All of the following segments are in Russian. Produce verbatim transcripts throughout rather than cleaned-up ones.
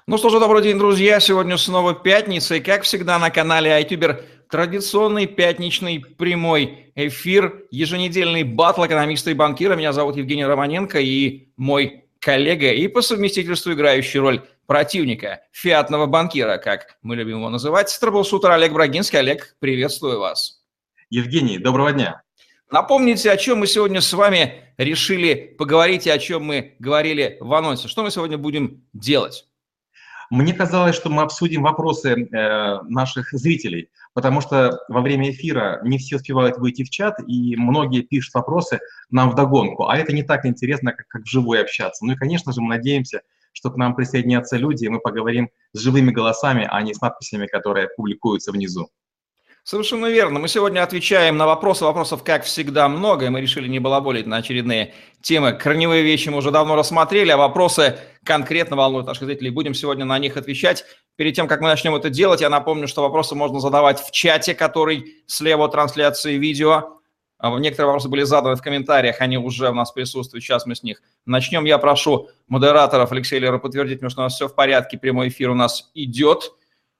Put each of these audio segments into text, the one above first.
Ну что же, добрый день, друзья. Сегодня снова пятница, и, как всегда, на канале iTuber традиционный пятничный прямой эфир, еженедельный баттл экономиста и банкира. Меня зовут Евгений Романенко, и мой коллега, и по совместительству играющий роль противника, фиатного банкира, как мы любим его называть, трэблшутер Олег Брагинский. Олег, приветствую вас. Евгений, доброго дня. Напомните, о чем мы сегодня с вами решили поговорить, и о чем мы говорили в анонсе. Что мы сегодня будем делать? Мне казалось, что мы обсудим вопросы э, наших зрителей, потому что во время эфира не все успевают выйти в чат, и многие пишут вопросы нам вдогонку, а это не так интересно, как, как вживую общаться. Ну и, конечно же, мы надеемся, что к нам присоединятся люди, и мы поговорим с живыми голосами, а не с надписями, которые публикуются внизу. Совершенно верно. Мы сегодня отвечаем на вопросы. Вопросов, как всегда, много, и мы решили не балаболить на очередные темы. Корневые вещи мы уже давно рассмотрели, а вопросы конкретно волнуют наших зрителей. Будем сегодня на них отвечать. Перед тем, как мы начнем это делать, я напомню, что вопросы можно задавать в чате, который слева от трансляции видео. Некоторые вопросы были заданы в комментариях, они уже у нас присутствуют, сейчас мы с них начнем. Я прошу модераторов Алексея Лера подтвердить, что у нас все в порядке, прямой эфир у нас идет.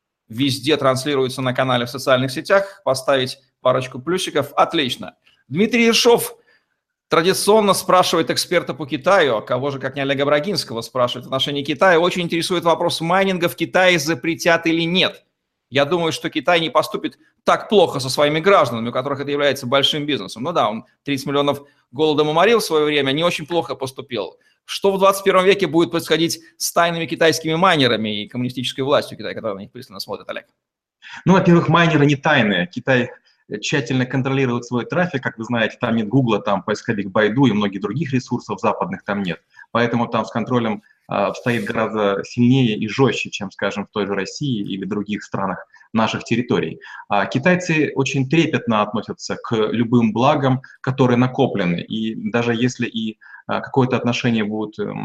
Везде транслируется на канале в социальных сетях. Поставить парочку плюсиков. Отлично. Дмитрий Ершов традиционно спрашивает эксперта по Китаю, кого же, как не Олега Брагинского, спрашивает в отношении Китая. Очень интересует вопрос, майнинга в Китае запретят или нет. Я думаю, что Китай не поступит так плохо со своими гражданами, у которых это является большим бизнесом. Ну да, он тридцать миллионов голодом уморил в свое время, не очень плохо поступил. Что в двадцать первом веке будет происходить с тайными китайскими майнерами и коммунистической властью Китая, которая на них пристально смотрит, Олег? Ну, во-первых, майнеры не тайные. Китай тщательно контролирует свой трафик. Как вы знаете, там нет Гугла, там поисковик Байду и многих других ресурсов западных там нет. Поэтому там с контролем э, стоит гораздо сильнее и жестче, чем, скажем, в той же России или других странах наших территорий. А китайцы очень трепетно относятся к любым благам, которые накоплены. И даже если и э, какое-то отношение будет э,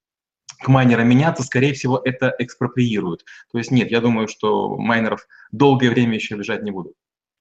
к майнерам меняться, скорее всего, это экспроприируют. То есть нет, я думаю, что майнеров долгое время еще лежать не будут.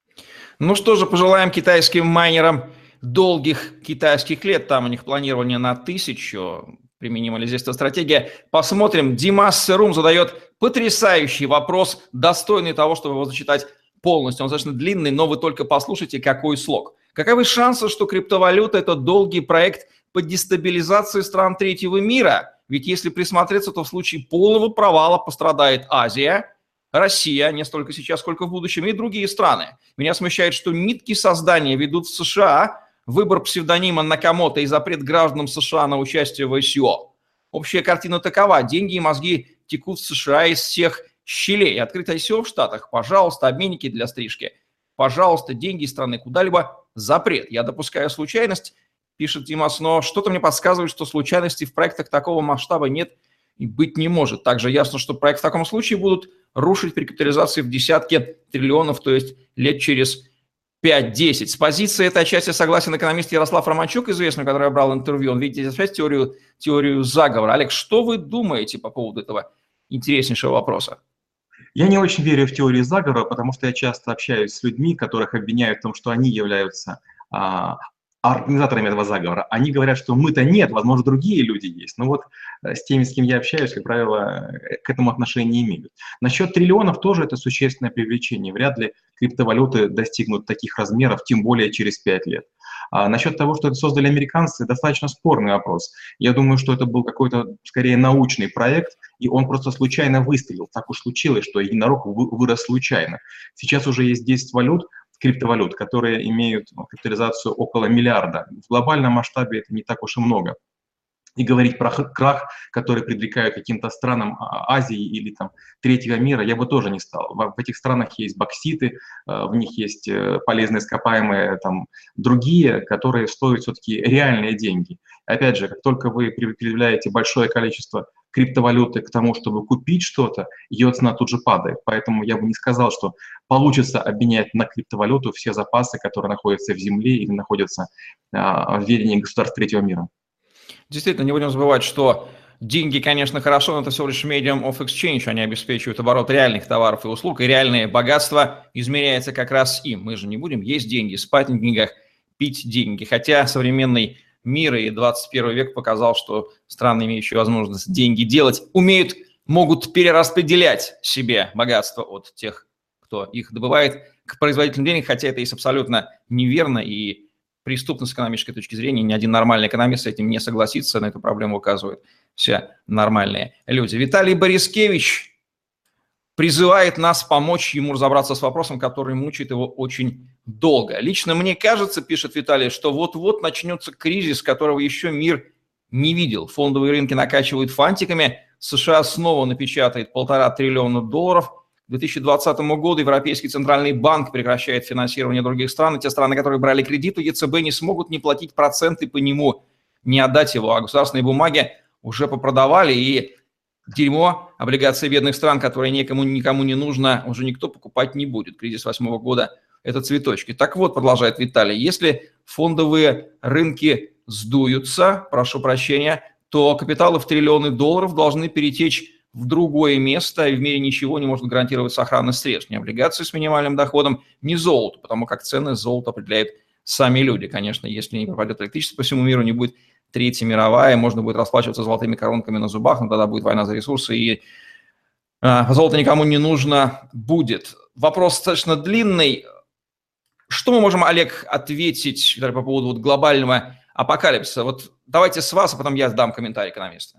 Ну что же, пожелаем китайским майнерам долгих китайских лет. Там у них планирование на тысячу. Применима ли здесь эта стратегия? Посмотрим. Димас Серум задает потрясающий вопрос, достойный того, чтобы его зачитать полностью. Он достаточно длинный, но вы только послушайте, какой слог. Каковы шансы, что криптовалюта – это долгий проект по дестабилизации стран третьего мира? Ведь если присмотреться, то в случае полного провала пострадает Азия, Россия, не столько сейчас, сколько в будущем, и другие страны. Меня смущает, что нитки создания ведут в США, выбор псевдонима Накамото и запрет гражданам США на участие в ай си о. Общая картина такова. Деньги и мозги текут в США из всех щелей. Открыть ай си о в Штатах, пожалуйста, обменники для стрижки. Пожалуйста, деньги из страны куда-либо, запрет. Я допускаю случайность, пишет Димас, но что-то мне подсказывает, что случайностей в проектах такого масштаба нет и быть не может. Также ясно, что проект в таком случае будут рушить при капитализации в десятки триллионов, то есть лет через пять-десять. С позиции этой части согласен экономист Ярослав Романчук, известный, который брал интервью. Он видит здесь опять теорию, теорию заговора. Олег, что вы думаете по поводу этого интереснейшего вопроса? Я не очень верю в теорию заговора, потому что я часто общаюсь с людьми, которых обвиняют в том, что они являются а, организаторами этого заговора. Они говорят, что мы-то нет, возможно, другие люди есть. Но вот с теми, с кем я общаюсь, как правило, к этому отношения не имеют. Насчет триллионов тоже это существенное привлечение. Вряд ли криптовалюты достигнут таких размеров, тем более через пять лет. А насчет того, что это создали американцы, достаточно спорный вопрос. Я думаю, что это был какой-то, скорее, научный проект, и он просто случайно выстрелил. Так уж случилось, что единорог вырос случайно. Сейчас уже есть десять валют, криптовалют, которые имеют капитализацию около миллиарда. В глобальном масштабе это не так уж и много. И говорить про крах, который предрекают каким-то странам Азии или там третьего мира, я бы тоже не стал. В этих странах есть бокситы, в них есть полезные ископаемые, там другие, которые стоят все-таки реальные деньги. Опять же, как только вы предъявляете большое количество криптовалюты к тому, чтобы купить что-то, ее цена тут же падает. Поэтому я бы не сказал, что получится обменять на криптовалюту все запасы, которые находятся в земле или находятся в ведении государств третьего мира. Действительно, не будем забывать, что деньги, конечно, хорошо, но это всего лишь medium of exchange. Они обеспечивают оборот реальных товаров и услуг, и реальное богатство измеряется как раз им. Мы же не будем есть деньги, спать на деньгах, пить деньги. Хотя современный мир и двадцать первый век показал, что страны, имеющие возможность деньги делать, умеют могут перераспределять себе богатство от тех, кто их добывает, к производителям денег, хотя это есть абсолютно неверно и преступно с экономической точки зрения. Ни один нормальный экономист с этим не согласится, на эту проблему указывают все нормальные люди. Виталий Борискевич призывает нас помочь ему разобраться с вопросом, который мучает его очень долго. Лично мне кажется, пишет Виталий, что вот-вот начнется кризис, которого еще мир не видел. Фондовые рынки накачивают фантиками, США снова напечатает полтора триллиона долларов. К две тысячи двадцатому году Европейский центральный банк прекращает финансирование других стран, и те страны, которые брали кредит у ЕЦБ, не смогут не платить проценты по нему, не отдать его, а государственные бумаги уже попродавали, и дерьмо, облигации бедных стран, которые никому, никому не нужно, уже никто покупать не будет. Кризис восьмого года – это цветочки. Так вот, продолжает Виталий, если фондовые рынки сдуются, прошу прощения, то капиталы в триллионы долларов должны перетечь в другое место, и в мире ничего не может гарантировать сохранность средств. Ни облигации с минимальным доходом, ни золото, потому как цены золота определяют сами люди. Конечно, если не пропадет электричество по всему миру, не будет Третья мировая, можно будет расплачиваться золотыми коронками на зубах, но тогда будет война за ресурсы, и а, золото никому не нужно будет. Вопрос достаточно длинный. Что мы можем, Олег, ответить по поводу вот глобального апокалипсиса? Вот давайте с вас, а потом я дам комментарий экономиста.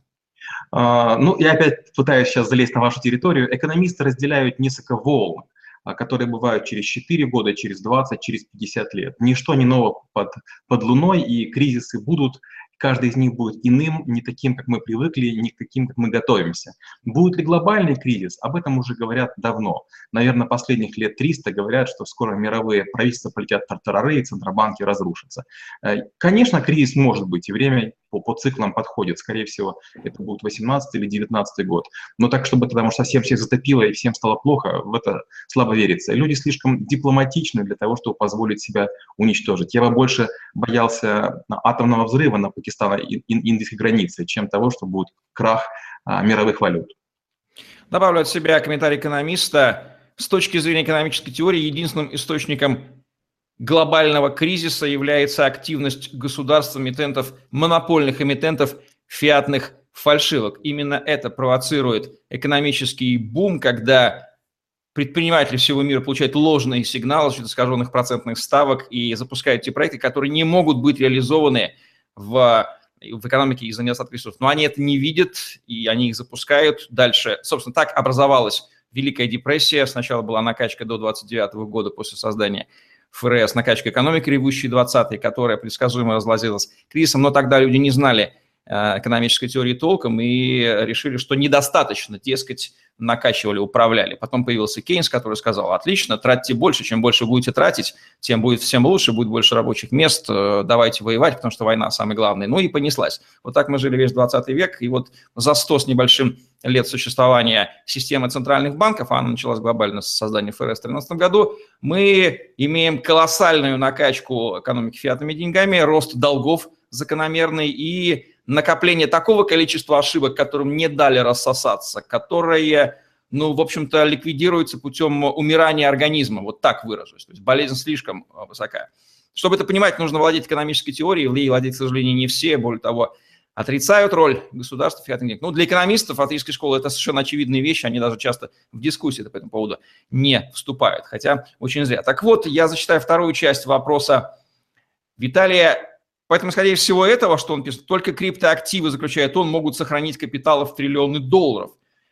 Uh, ну, я опять пытаюсь сейчас залезть на вашу территорию. Экономисты разделяют несколько волн, которые бывают через четыре года, через двадцать, через пятьдесят лет. Ничто не ново под, под луной, и кризисы будут. Каждый из них будет иным, не таким, как мы привыкли, не таким, как мы готовимся. Будет ли глобальный кризис? Об этом уже говорят давно. Наверное, последних лет триста говорят, что скоро мировые правительства полетят в тартарары, и центробанки разрушатся. Конечно, кризис может быть, и время по, по циклам подходит. Скорее всего, это будет восемнадцатый или девятнадцатый год. Но так, чтобы потому что совсем всех затопило и всем стало плохо, в это слабо верится. Люди слишком дипломатичны для того, чтобы позволить себя уничтожить. Я бы больше боялся атомного взрыва на Пакистана и индийской границы, чем того, что будет крах а, мировых валют. Добавлю от себя комментарий экономиста. С точки зрения экономической теории, единственным источником глобального кризиса является активность государств-эмитентов, монопольных эмитентов фиатных фальшивок. Именно это провоцирует экономический бум, когда предприниматели всего мира получают ложные сигналы за счет искаженных процентных ставок и запускают те проекты, которые не могут быть реализованы в, в экономике из-за недостатка ресурсов. Но они это не видят, и они их запускают дальше. Собственно, так образовалась Великая депрессия. Сначала была накачка до двадцать девятого года после создания ФРС, накачка экономики, ревущей двадцатые, которая предсказуемо разразилась кризисом, но тогда люди не знали экономической теории толком и решили, что недостаточно, дескать, накачивали, управляли. Потом появился Кейнс, который сказал: отлично, тратьте больше, чем больше будете тратить, тем будет всем лучше, будет больше рабочих мест, давайте воевать, потому что война самый главный. Ну и понеслась. Вот так мы жили весь двадцатый век, и вот за сто с небольшим лет существования системы центральных банков, а она началась глобально с создания ФРС в две тысячи тринадцатом году, мы имеем колоссальную накачку экономики фиатными деньгами, рост долгов закономерный и накопление такого количества ошибок, которым не дали рассосаться, которые, ну, в общем-то, ликвидируются путем умирания организма, вот так выражусь, то есть болезнь слишком высока. Чтобы это понимать, нужно владеть экономической теорией, ей владеть, к сожалению, не все, более того, отрицают роль государства в фиатных денег. Ну, для экономистов атеистской школы это совершенно очевидные вещи, они даже часто в дискуссии по этому поводу не вступают, хотя очень зря. Так вот, я зачитаю вторую часть вопроса Виталия. Поэтому, исходя из всего этого, что он пишет, только криптоактивы, заключает он, могут сохранить капиталы в триллионы долларов.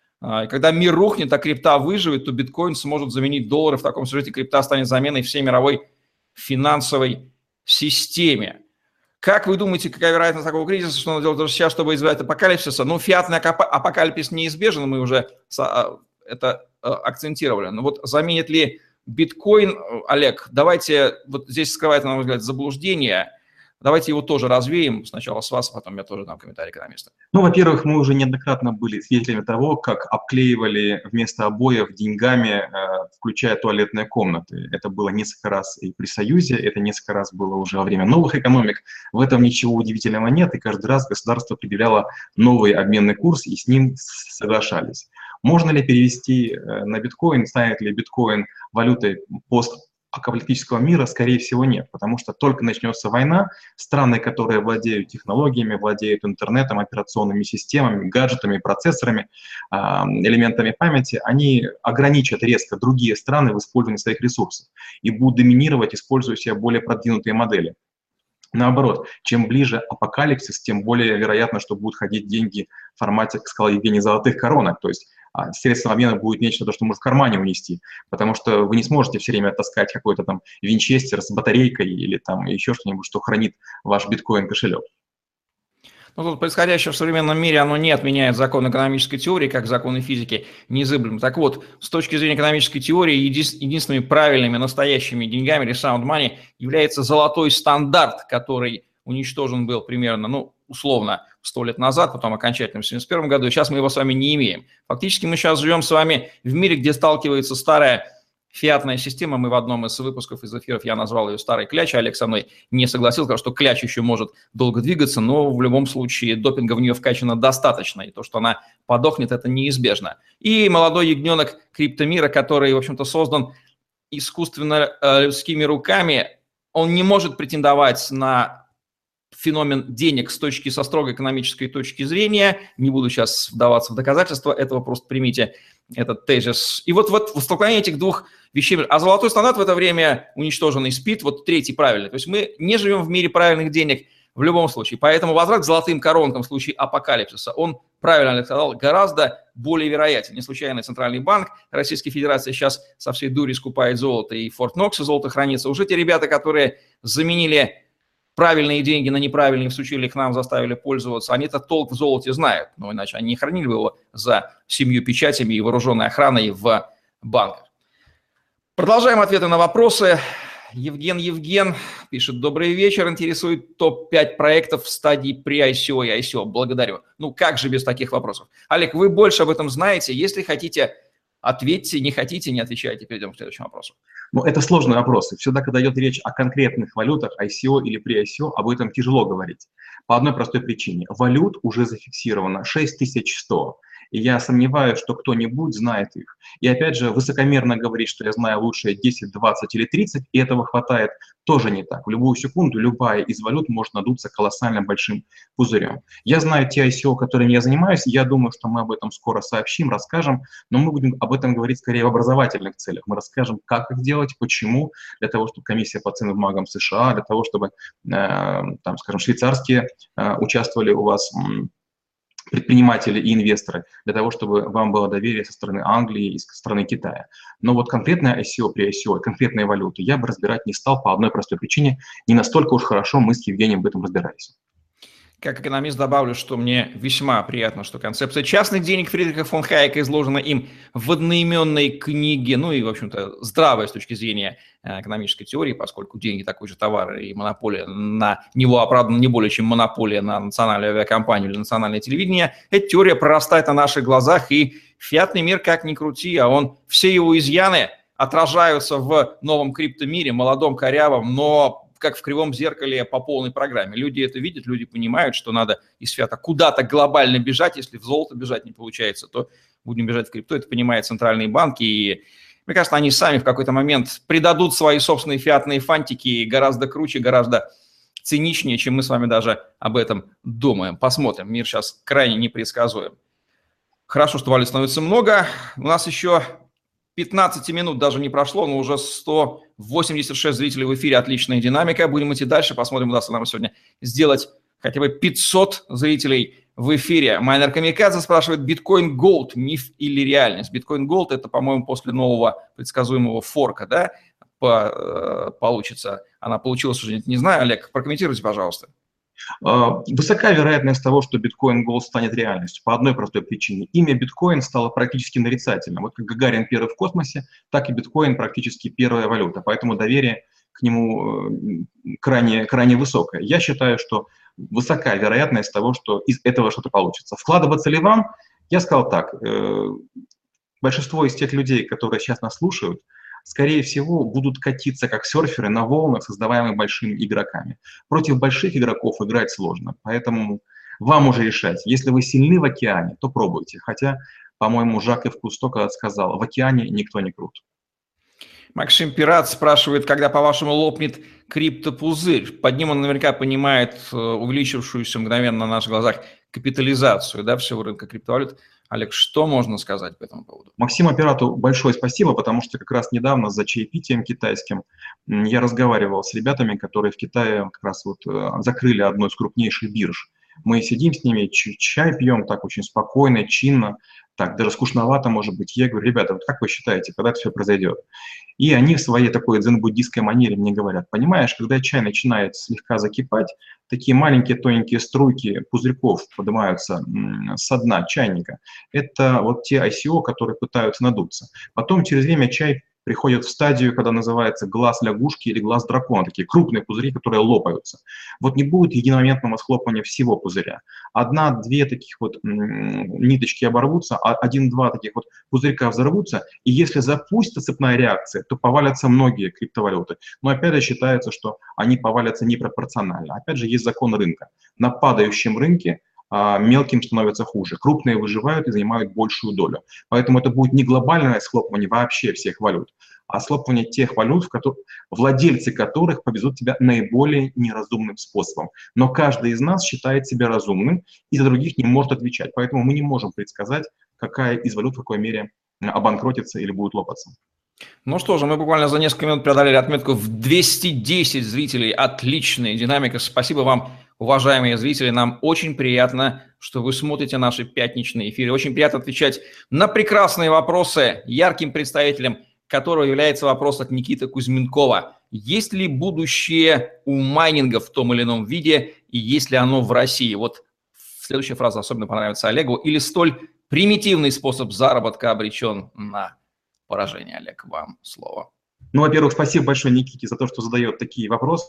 И когда мир рухнет, а крипта выживет, то биткоин сможет заменить доллары. В таком сюжете крипта станет заменой всей мировой финансовой системе. Как вы думаете, какая вероятность такого кризиса, что надо делать даже сейчас, чтобы избежать апокалипсиса? Ну, фиатный апокалипсис неизбежен, мы уже это акцентировали. Но вот заменит ли биткоин, Олег, давайте, вот здесь скрывает, на мой взгляд, заблуждение. Давайте его тоже развеем. Сначала с вас, а потом я тоже дам комментарий экономиста. Ну, во-первых, мы уже неоднократно были свидетелями того, как обклеивали вместо обоев деньгами, включая туалетные комнаты. Это было несколько раз и при Союзе, это несколько раз было уже во время новых экономик. В этом ничего удивительного нет, и каждый раз государство определяло новый обменный курс, и с ним соглашались. Можно ли перевести на биткоин, станет ли биткоин валютой пост апокалиптического мира, скорее всего, нет, потому что только начнется война, страны, которые владеют технологиями, владеют интернетом, операционными системами, гаджетами, процессорами, элементами памяти, они ограничат резко другие страны в использовании своих ресурсов и будут доминировать, используя себе более продвинутые модели. Наоборот, чем ближе апокалипсис, тем более вероятно, что будут ходить деньги в формате, как сказал Евгений, золотых коронок, то есть средством обмена будет нечто, то, что можно в кармане унести, потому что вы не сможете все время таскать какой-то там винчестер с батарейкой или там еще что-нибудь, что хранит ваш биткоин-кошелек. Ну, тут происходящее в современном мире, оно не отменяет закон экономической теории, как законы физики незыблемы. Так вот, с точки зрения экономической теории, единственными правильными, настоящими деньгами или sound money является золотой стандарт, который уничтожен был примерно, ну, условно, сто лет назад, потом окончательно в семьдесят первом году, и сейчас мы его с вами не имеем. Фактически мы сейчас живем с вами в мире, где сталкивается старая фиатная система. Мы в одном из выпусков из эфиров, я назвал ее старой клячей, Олег со мной не согласился, сказал, что кляч еще может долго двигаться, но в любом случае допинга в нее вкачано достаточно, и то, что она подохнет, это неизбежно. И молодой ягненок криптомира, который, в общем-то, создан искусственно людскими руками, он не может претендовать на феномен денег с точки, со строго экономической точки зрения. Не буду сейчас вдаваться в доказательства этого, просто примите этот тезис. И вот, вот в столкновении этих двух вещей. А золотой стандарт в это время уничтоженный спит, вот третий правильный. То есть мы не живем в мире правильных денег в любом случае. Поэтому возврат к золотым коронкам в случае апокалипсиса, он, правильно Олег сказал, гораздо более вероятен. Не случайно Центральный банк Российской Федерации сейчас со всей дури скупает золото, и в Форт Ноксе золото хранится. Уже те ребята, которые заменили правильные деньги на неправильные, всучили их нам, заставили пользоваться, они-то толк в золоте знают, но иначе они не хранили бы его за семью печатями и вооруженной охраной в банках. Продолжаем ответы на вопросы. Евген Евген пишет: добрый вечер, интересует топ пять проектов в стадии pre-ай си о и ай си о. Благодарю. Ну как же без таких вопросов? Олег, вы больше об этом знаете. Если хотите, ответьте, не хотите, не отвечайте. Перейдем к следующему вопросу. Ну, это сложные вопросы. Всегда, когда идет речь о конкретных валютах, ай си о или pre-ай си о, об этом тяжело говорить. По одной простой причине. Валют уже зафиксировано шесть тысяч сто. И я сомневаюсь, что кто-нибудь знает их. И опять же, высокомерно говорить, что я знаю лучшие десять, двадцать или тридцать, и этого хватает, тоже не так. В любую секунду любая из валют может надуться колоссально большим пузырем. Я знаю те ай си о, которыми я занимаюсь, и я думаю, что мы об этом скоро сообщим, расскажем, но мы будем об этом говорить скорее в образовательных целях. Мы расскажем, как их делать, почему, для того, чтобы комиссия по ценным бумагам США, для того, чтобы, э, там, скажем, швейцарские э, участвовали у вас предприниматели и инвесторы, для того, чтобы вам было доверие со стороны Англии и со стороны Китая. Но вот конкретное ай си о, pre-ай си о, конкретные валюты я бы разбирать не стал по одной простой причине. Не настолько уж хорошо мы с Евгением в этом разбираемся. Как экономист добавлю, что мне весьма приятно, что концепция частных денег Фридриха фон Хайека изложена им в одноименной книге, ну и, в общем-то, здравая с точки зрения экономической теории, поскольку деньги такой же товар, и монополия на него оправдана не более, чем монополия на национальную авиакомпанию или национальное телевидение. Эта теория прорастает на наших глазах, и фиатный мир, как ни крути, а он, все его изъяны отражаются в новом криптомире, молодом, корявом, но как в кривом зеркале по полной программе. Люди это видят, люди понимают, что надо из фиата куда-то глобально бежать. Если в золото бежать не получается, то будем бежать в крипту. Это понимают центральные банки. И мне кажется, они сами в какой-то момент придадут свои собственные фиатные фантики гораздо круче, гораздо циничнее, чем мы с вами даже об этом думаем. Посмотрим. Мир сейчас крайне непредсказуем. Хорошо, что валют становится много. У нас еще пятнадцать минут даже не прошло, но уже сто восемьдесят шесть зрителей в эфире. Отличная динамика. Будем идти дальше. Посмотрим, удастся нам сегодня сделать хотя бы пятьсот зрителей в эфире. Майнер Камикадзе спрашивает: биткоин Голд, миф или реальность? Биткоин Голд — это, по-моему, после нового предсказуемого форка, да, по, э, получится. Она получилась уже, не знаю. Олег, прокомментируйте, пожалуйста. Высока вероятность того, что биткоин Голд станет реальностью, по одной простой причине. Имя биткоин стало практически нарицательным. Вот как Гагарин первый в космосе, так и биткоин практически первая валюта. Поэтому доверие к нему крайне, крайне высокое. Я считаю, что высока вероятность того, что из этого что-то получится. Вкладываться ли вам? Я сказал так. Большинство из тех людей, которые сейчас нас слушают, скорее всего, будут катиться как серферы на волнах, создаваемых большими игроками. Против больших игроков играть сложно, поэтому вам уже решать. Если вы сильны в океане, то пробуйте. Хотя, по-моему, Жак Ив Кусто когда сказал: в океане никто не крут. Максим Пират спрашивает, когда, по-вашему, лопнет криптопузырь? Под ним он наверняка понимает э, увеличившуюся мгновенно на наших глазах капитализацию, да, всего рынка криптовалют. Олег, что можно сказать по этому поводу? Максиму Операту большое спасибо, потому что как раз недавно за чаепитием китайским м, я разговаривал с ребятами, которые в Китае как раз вот э, закрыли одну из крупнейших бирж. Мы сидим с ними, ч- чай пьем так очень спокойно, чинно, так даже скучновато, может быть. Я говорю, ребята, вот как вы считаете, когда это все произойдет? И они в своей такой дзен-буддийской манере мне говорят, понимаешь, когда чай начинает слегка закипать, такие маленькие тоненькие струйки пузырьков поднимаются м, со дна чайника. Это вот те ай си о, которые пытаются надуться. Потом через время чай приходит в стадию, когда называется глаз лягушки или глаз дракона, такие крупные пузыри, которые лопаются. Вот не будет единомоментного схлопывания всего пузыря. Одна-две таких вот м, ниточки оборвутся, а один-два таких вот пузырька взорвутся, и если запустится цепная реакция, то повалятся многие криптовалюты. Но опять же считается, что они повалятся непропорционально. Опять же, есть закон рынка. На падающем рынке а, мелким становится хуже. Крупные выживают и занимают большую долю. Поэтому это будет не глобальное схлопывание вообще всех валют, а схлопывание тех валют, в которых, владельцы которых повезут себя наиболее неразумным способом. Но каждый из нас считает себя разумным и за других не может отвечать. Поэтому мы не можем предсказать, какая из валют в какой мере обанкротится или будет лопаться. Ну что же, мы буквально за несколько минут преодолели отметку в двести десять зрителей. Отличная динамика. Спасибо вам, уважаемые зрители. Нам очень приятно, что вы смотрите наши пятничные эфиры. Очень приятно отвечать на прекрасные вопросы, ярким представителем которого является вопрос от Никиты Кузьменкова. Есть ли будущее у майнинга в том или ином виде, и есть ли оно в России? Вот следующая фраза особенно понравится Олегу. Или столь примитивный способ заработка обречен на поражение? Олег, вам слово. Ну, во-первых, спасибо большое Никите за то, что задает такие вопросы,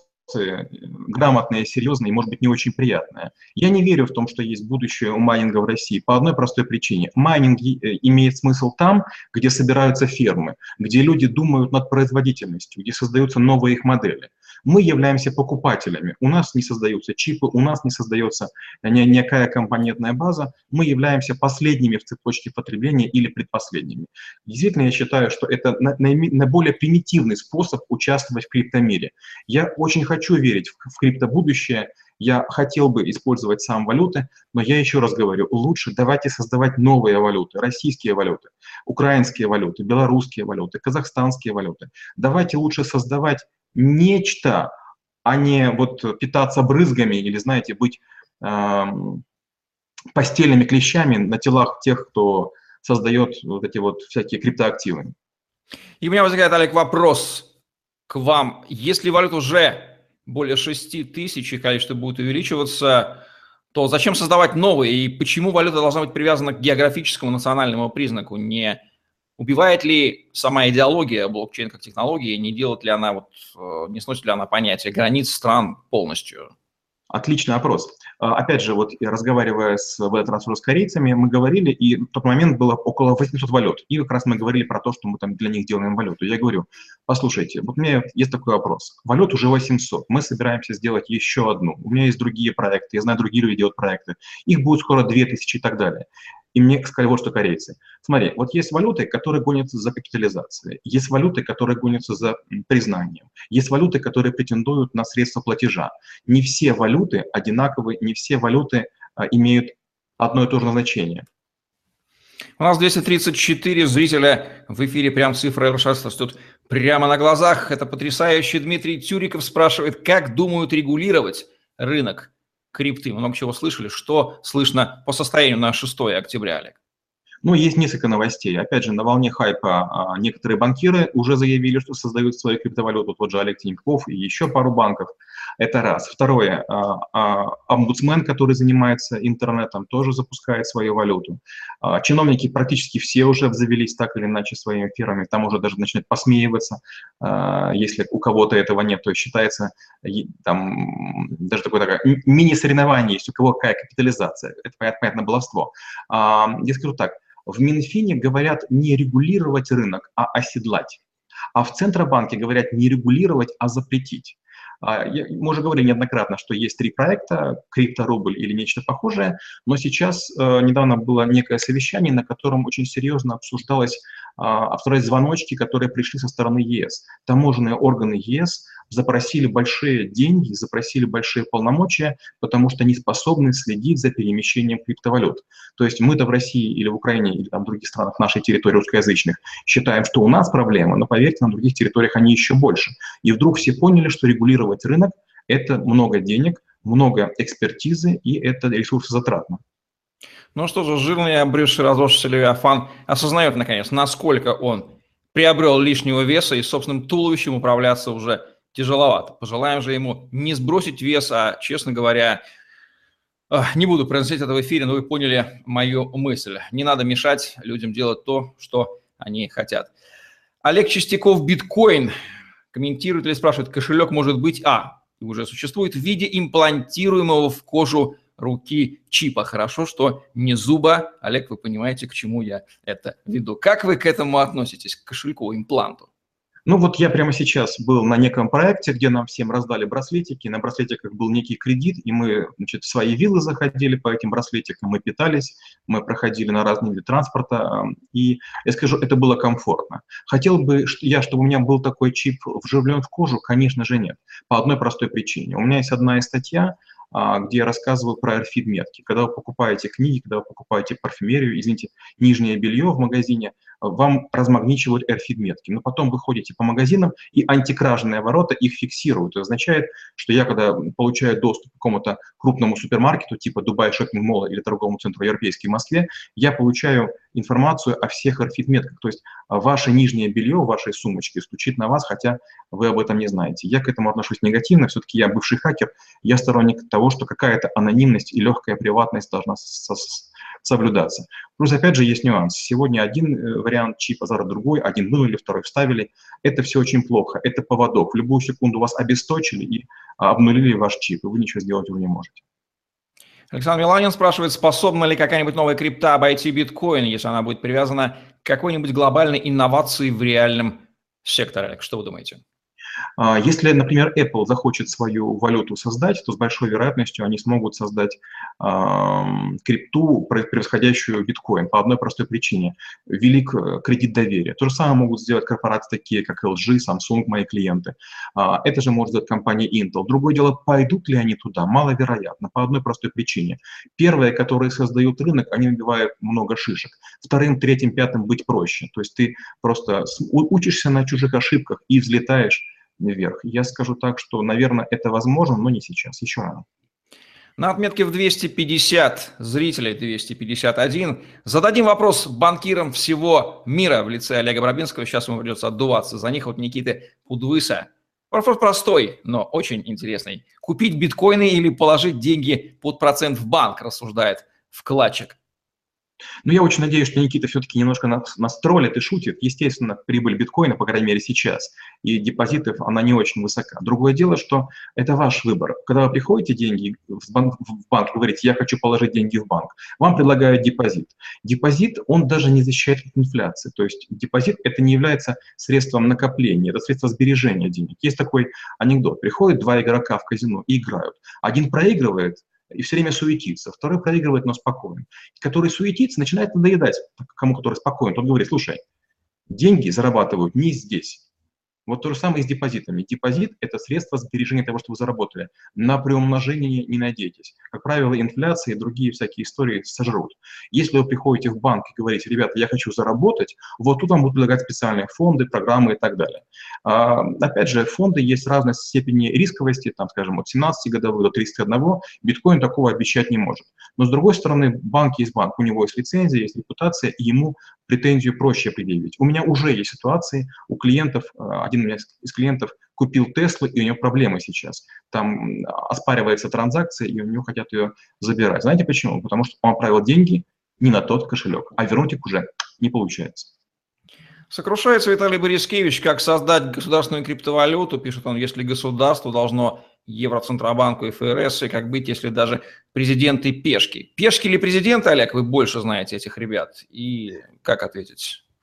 грамотные, серьезные и, может быть, не очень приятные. Я не верю в том, что есть будущее у майнинга в России по одной простой причине. Майнинг имеет смысл там, где собираются фермы, где люди думают над производительностью, где создаются новые их модели. Мы являемся покупателями. У нас не создаются чипы, у нас не создается никакая компонентная база. Мы являемся последними в цепочке потребления или предпоследними. Действительно, я считаю, что это наиболее примитивный способ участвовать в криптомире. Я очень хочу верить в, в криптобудущее. Я хотел бы использовать сам валюты, но я еще раз говорю, лучше давайте создавать новые валюты, российские валюты, украинские валюты, белорусские валюты, казахстанские валюты. Давайте лучше создавать нечто, а не вот питаться брызгами или, знаете, быть э, постельными клещами на телах тех, кто создает вот эти вот всякие криптоактивы. И у меня возникает, Олег, вопрос к вам. Если валют уже более шести тысяч, и количество будет увеличиваться, то зачем создавать новые? И почему валюта должна быть привязана к географическому национальному признаку? Не убивает ли сама идеология блокчейн как технологии, не делает ли она, вот, не сносит ли она понятие границ стран полностью? Отличный вопрос. Опять же, вот разговаривая с, в этот раз с корейцами, мы говорили, и в тот момент было около восьмисот валют. И как раз мы говорили про то, что мы там для них делаем валюту. Я говорю, послушайте, вот у меня есть такой вопрос. Валют уже восемьсот, мы собираемся сделать еще одну. У меня есть другие проекты, я знаю, другие люди делают проекты. Их будет скоро две тысячи и так далее. И мне сказали вот что корейцы. Смотри, вот есть валюты, которые гонятся за капитализацией, есть валюты, которые гонятся за признанием, есть валюты, которые претендуют на средства платежа. Не все валюты одинаковые, не все валюты а, имеют одно и то же назначение. У нас двести тридцать четыре зрителя в эфире, прям цифра эр шесть растет прямо на глазах. Это потрясающе. Дмитрий Тюриков спрашивает, как думают регулировать рынок крипты? Много чего слышали. Что слышно по состоянию на шестое октября, Олег? Ну, есть несколько новостей. Опять же, на волне хайпа а, некоторые банкиры уже заявили, что создают свою криптовалюту, тот же Олег Тинькофф и еще пару банков. Это раз. Второе. А, а, омбудсмен, который занимается интернетом, тоже запускает свою валюту. А, чиновники практически все уже обзавелись так или иначе своими фирмами. Там уже даже начинают посмеиваться, а, если у кого-то этого нет. То есть считается там даже такое, такое мини-соревнование, есть у кого какая капитализация. Это, понятно, баловство. А, я скажу так. В Минфине говорят не регулировать рынок, а оседлать. А в Центробанке говорят не регулировать, а запретить. Мы уже говорили неоднократно, что есть три проекта, крипторубль или нечто похожее, но сейчас недавно было некое совещание, на котором очень серьезно обсуждалось а, обсуждать звоночки, которые пришли со стороны ЕС. Таможенные органы ЕС запросили большие деньги, запросили большие полномочия, потому что не способны следить за перемещением криптовалют. То есть мы-то в России или в Украине, или там в других странах нашей территории русскоязычных считаем, что у нас проблемы, но поверьте, на других территориях они еще больше. И вдруг все поняли, что регулировать рынок – это много денег, много экспертизы, и это ресурсозатратно. Ну что же, жирный, обрюзший, разросшийся Левиафан осознает, наконец, насколько он приобрел лишнего веса, и собственным туловищем управляться уже тяжеловато. Пожелаем же ему не сбросить вес, а, честно говоря, не буду произносить это в эфире, но вы поняли мою мысль. Не надо мешать людям делать то, что они хотят. Олег Чистяков, биткоин, комментирует или спрашивает, кошелек может быть, а, и уже существует в виде имплантируемого в кожу руки чипа. Хорошо, что не зуба. Олег, вы понимаете, к чему я это веду. Как вы к этому относитесь, к кошельку, импланту? Ну вот я прямо сейчас был на неком проекте, где нам всем раздали браслетики. На браслетиках был некий кредит, и мы, значит, в свои виллы заходили по этим браслетикам, мы питались, мы проходили на разные виды транспорта, и я скажу, это было комфортно. Хотел бы я, чтобы у меня был такой чип вживлен в кожу? Конечно же нет, по одной простой причине. У меня есть одна статья, где я рассказываю про эр эф ай ди-метки. Когда вы покупаете книги, когда вы покупаете парфюмерию, извините, нижнее белье в магазине, вам размагничивают эр эф ай ди-метки. Но потом вы ходите по магазинам, и антикражные ворота их фиксируют. Это означает, что я, когда получаю доступ к какому-то крупному супермаркету, типа Дубай Шоппинг Молла или торговому центру Европейский в Москве, я получаю информацию о всех эр эф ай ди-метках. То есть ваше нижнее белье в вашей сумочке стучит на вас, хотя вы об этом не знаете. Я к этому отношусь негативно. Все-таки я бывший хакер, я сторонник того, что какая-то анонимность и легкая приватность должна соблюдаться. Плюс, опять же, есть нюанс. Сегодня один вариант чипа, завтра другой, один вынули, второй вставили. Это все очень плохо. Это поводок. В любую секунду вас обесточили и обнулили ваш чип, и вы ничего сделать уже не можете. Александр Миланин спрашивает, способна ли какая-нибудь новая крипта обойти биткоин, если она будет привязана к какой-нибудь глобальной инновации в реальном секторе. Что вы думаете? Если, например, Apple захочет свою валюту создать, то с большой вероятностью они смогут создать э, крипту, превосходящую биткоин, по одной простой причине. Велик кредит доверия. То же самое могут сделать корпорации такие, как эл джи, Samsung, мои клиенты. А, это же может сделать компания Intel. Другое дело, пойдут ли они туда? Маловероятно, по одной простой причине. Первые, которые создают рынок, они набивают много шишек. Вторым, третьим, пятым быть проще. То есть ты просто учишься на чужих ошибках и взлетаешь вверх. Я скажу так, что, наверное, это возможно, но не сейчас, еще рано. На отметке в двести пятьдесят зрителей, двести пятьдесят один, зададим вопрос банкирам всего мира в лице Олега Брабинского. Сейчас ему придется отдуваться за них от Никиты Пудвыса. Вопрос простой, но очень интересный. Купить биткоины или положить деньги под процент в банк, рассуждает вкладчик. Но я очень надеюсь, что Никита все-таки немножко нас, нас троллит и шутит. Естественно, прибыль биткоина, по крайней мере сейчас, и депозитов, она не очень высока. Другое дело, что это ваш выбор. Когда вы приходите деньги в банк, в банк и говорите, я хочу положить деньги в банк, вам предлагают депозит. Депозит, он даже не защищает от инфляции. То есть депозит – это не является средством накопления, это средство сбережения денег. Есть такой анекдот. Приходят два игрока в казино и играют. Один проигрывает и все время суетится. Второй проигрывает, но спокоен. Который суетится, начинает надоедать кому, который спокоен. Тот говорит, слушай, деньги зарабатывают не здесь. Вот то же самое и с депозитами. Депозит – это средство сбережения того, что вы заработали. На приумножение не надейтесь. Как правило, инфляция и другие всякие истории сожрут. Если вы приходите в банк и говорите, ребята, я хочу заработать, вот тут вам будут предлагать специальные фонды, программы и так далее. А, опять же, фонды есть разной степени рисковости, там, скажем, от семнадцати годовых до тридцати одного. Биткоин такого обещать не может. Но, с другой стороны, банк есть банк, у него есть лицензия, есть репутация, и ему претензию проще предъявить. У меня уже есть ситуации, у клиентов, один из клиентов купил Теслу, и у него проблемы сейчас. Там оспаривается транзакция, и у него хотят ее забирать. Знаете почему? Потому что он отправил деньги не на тот кошелек, а вернуть их уже не получается. Сокрушается Виталий Борискевич, как создать государственную криптовалюту. Пишет он, если государство должно Евроцентробанку и эф эр эс, и как быть, если даже президенты пешки. Пешки или президенты, Олег, вы больше знаете этих ребят? И как ответить?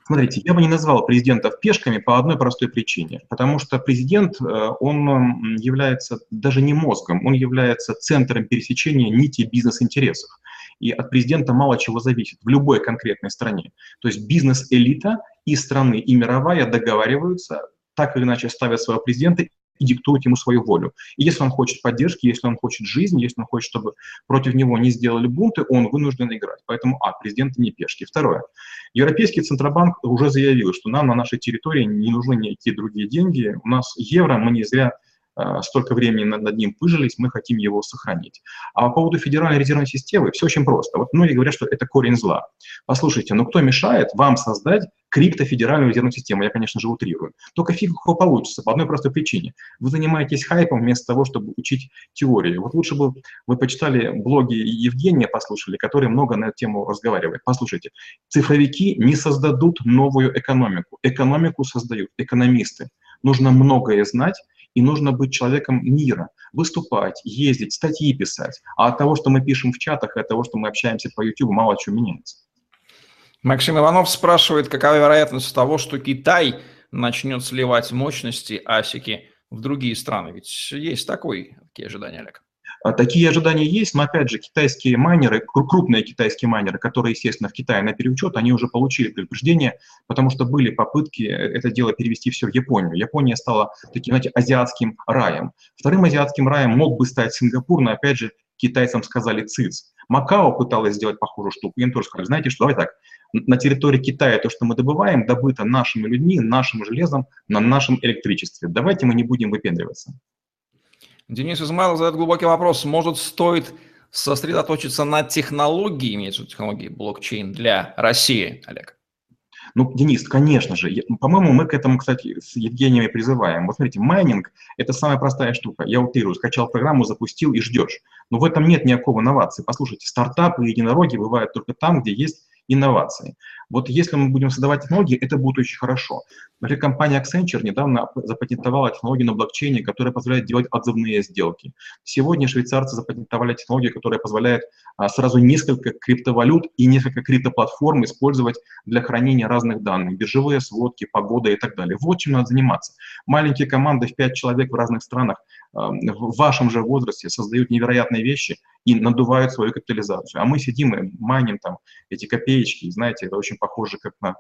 Смотрите, я бы не назвал президентов пешками по одной простой причине. Потому что президент, он является даже не мозгом, он является центром пересечения нити бизнес-интересов. И от президента мало чего зависит в любой конкретной стране. То есть бизнес-элита и страны, и мировая договариваются, так или иначе ставят своего президента и диктуют ему свою волю. И если он хочет поддержки, если он хочет жизни, если он хочет, чтобы против него не сделали бунты, он вынужден играть. Поэтому, а, президенты не пешки. Второе. Европейский Центробанк уже заявил, что нам на нашей территории не нужны никакие другие деньги. У нас евро, мы не зря э, столько времени над, над ним пыжились, мы хотим его сохранить. А по поводу Федеральной резервной системы все очень просто. Вот многие говорят, что это корень зла. Послушайте, ну кто мешает вам создать криптофедеральную резервную систему? Я, конечно же, утрирую. Только фиг его получится по одной простой причине. Вы занимаетесь хайпом вместо того, чтобы учить теорию. Вот лучше бы вы почитали блоги Евгения, послушали, который много на эту тему разговаривает. Послушайте, цифровики не создадут новую экономику. Экономику создают экономисты. Нужно многое знать, и нужно быть человеком мира, выступать, ездить, статьи писать. А от того, что мы пишем в чатах, и от того, что мы общаемся по YouTube, мало чего меняется. Максим Иванов спрашивает, какова вероятность того, что Китай начнет сливать мощности асики в другие страны? Ведь есть такой, такие ожидания, Олег. Такие ожидания есть, но опять же китайские майнеры, крупные китайские майнеры, которые, естественно, в Китае на переучет, они уже получили предупреждение, потому что были попытки это дело перевести все в Японию. Япония стала таким, знаете, азиатским раем. Вторым азиатским раем мог бы стать Сингапур, но опять же китайцам сказали циц. Макао пыталась сделать похожую штуку, им тоже сказали, знаете что, давай так, на территории Китая то, что мы добываем, добыто нашими людьми, нашим железом, на нашем электричестве. Давайте мы не будем выпендриваться. Денис Измайлов задает глубокий вопрос. Может, стоит сосредоточиться на технологии, имеется в виду технологии блокчейн для России, Олег? Ну, Денис, конечно же. По-моему, мы к этому, кстати, с Евгением и призываем. Вот смотрите, майнинг – это самая простая штука. Я утрирую, скачал программу, запустил и ждешь. Но в этом нет никакого инновации. Послушайте, стартапы и единороги бывают только там, где есть инновации. Вот если мы будем создавать технологии, это будет очень хорошо. Например, компания Accenture недавно запатентовала технологию на блокчейне, которая позволяет делать отзывные сделки. Сегодня швейцарцы запатентовали технологию, которая позволяет а, сразу несколько криптовалют и несколько криптоплатформ использовать для хранения разных данных. Биржевые сводки, погода и так далее. Вот чем надо заниматься. Маленькие команды в пять человек в разных странах а, в вашем же возрасте создают невероятные вещи и надувают свою капитализацию. А мы сидим и майним там эти копеечки. И, знаете, это очень похоже, как на...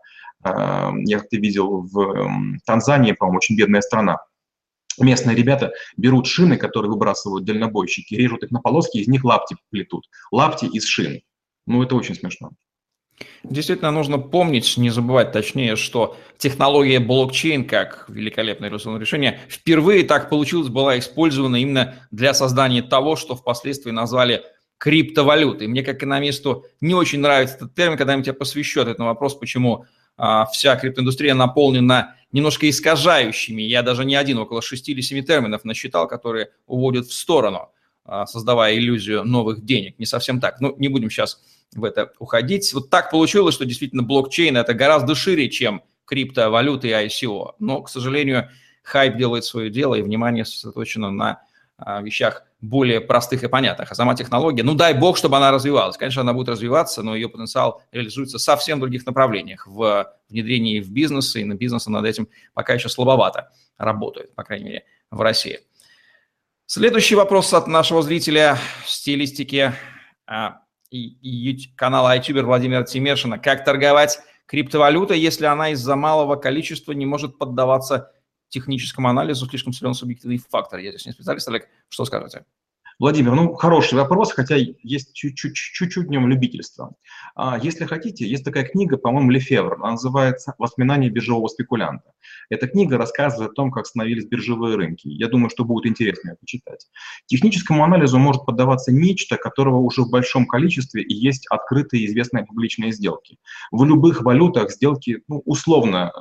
Э, я как-то видел в э, Танзании, по-моему, очень бедная страна. Местные ребята берут шины, которые выбрасывают дальнобойщики, режут их на полоски, из них лапти плетут. Лапти из шин. Ну, это очень смешно. Действительно, нужно помнить, не забывать точнее, что технология блокчейн, как великолепное революционное решение, впервые так получилось, была использована именно для создания того, что впоследствии назвали криптовалютой. Мне, как экономисту, не очень нравится этот термин, когда я тебя посвящу этот вопрос, почему а, вся криптоиндустрия наполнена немножко искажающими. Я даже не один, около шести или семи терминов насчитал, которые уводят в сторону, а, создавая иллюзию новых денег. Не совсем так. Ну, не будем сейчас в это уходить. Вот так получилось, что действительно блокчейн – это гораздо шире, чем криптовалюты и ай си о. Но, к сожалению, хайп делает свое дело, и внимание сосредоточено на а, вещах более простых и понятных. А сама технология, ну дай бог, чтобы она развивалась. Конечно, она будет развиваться, но ее потенциал реализуется совсем в других направлениях. В внедрении в бизнес, и на бизнесе над этим пока еще слабовато работают, по крайней мере, в России. Следующий вопрос от нашего зрителя в стилистике а, и, и канала айтюбер Владимира Тимершина. Как торговать криптовалютой, если она из-за малого количества не может поддаваться техническому анализу, слишком силен субъективный фактор? Я здесь не специалист, Олег, что скажете? Владимир, ну, хороший вопрос, хотя есть чуть-чуть в нем любительство. А, если хотите, есть такая книга, по-моему, Лефевр, она называется «Воспоминания биржевого спекулянта». Эта книга рассказывает о том, как становились биржевые рынки. Я думаю, что будет интересно это читать. Техническому анализу может поддаваться нечто, которого уже в большом количестве и есть открытые известные публичные сделки. В любых валютах сделки, ну, условно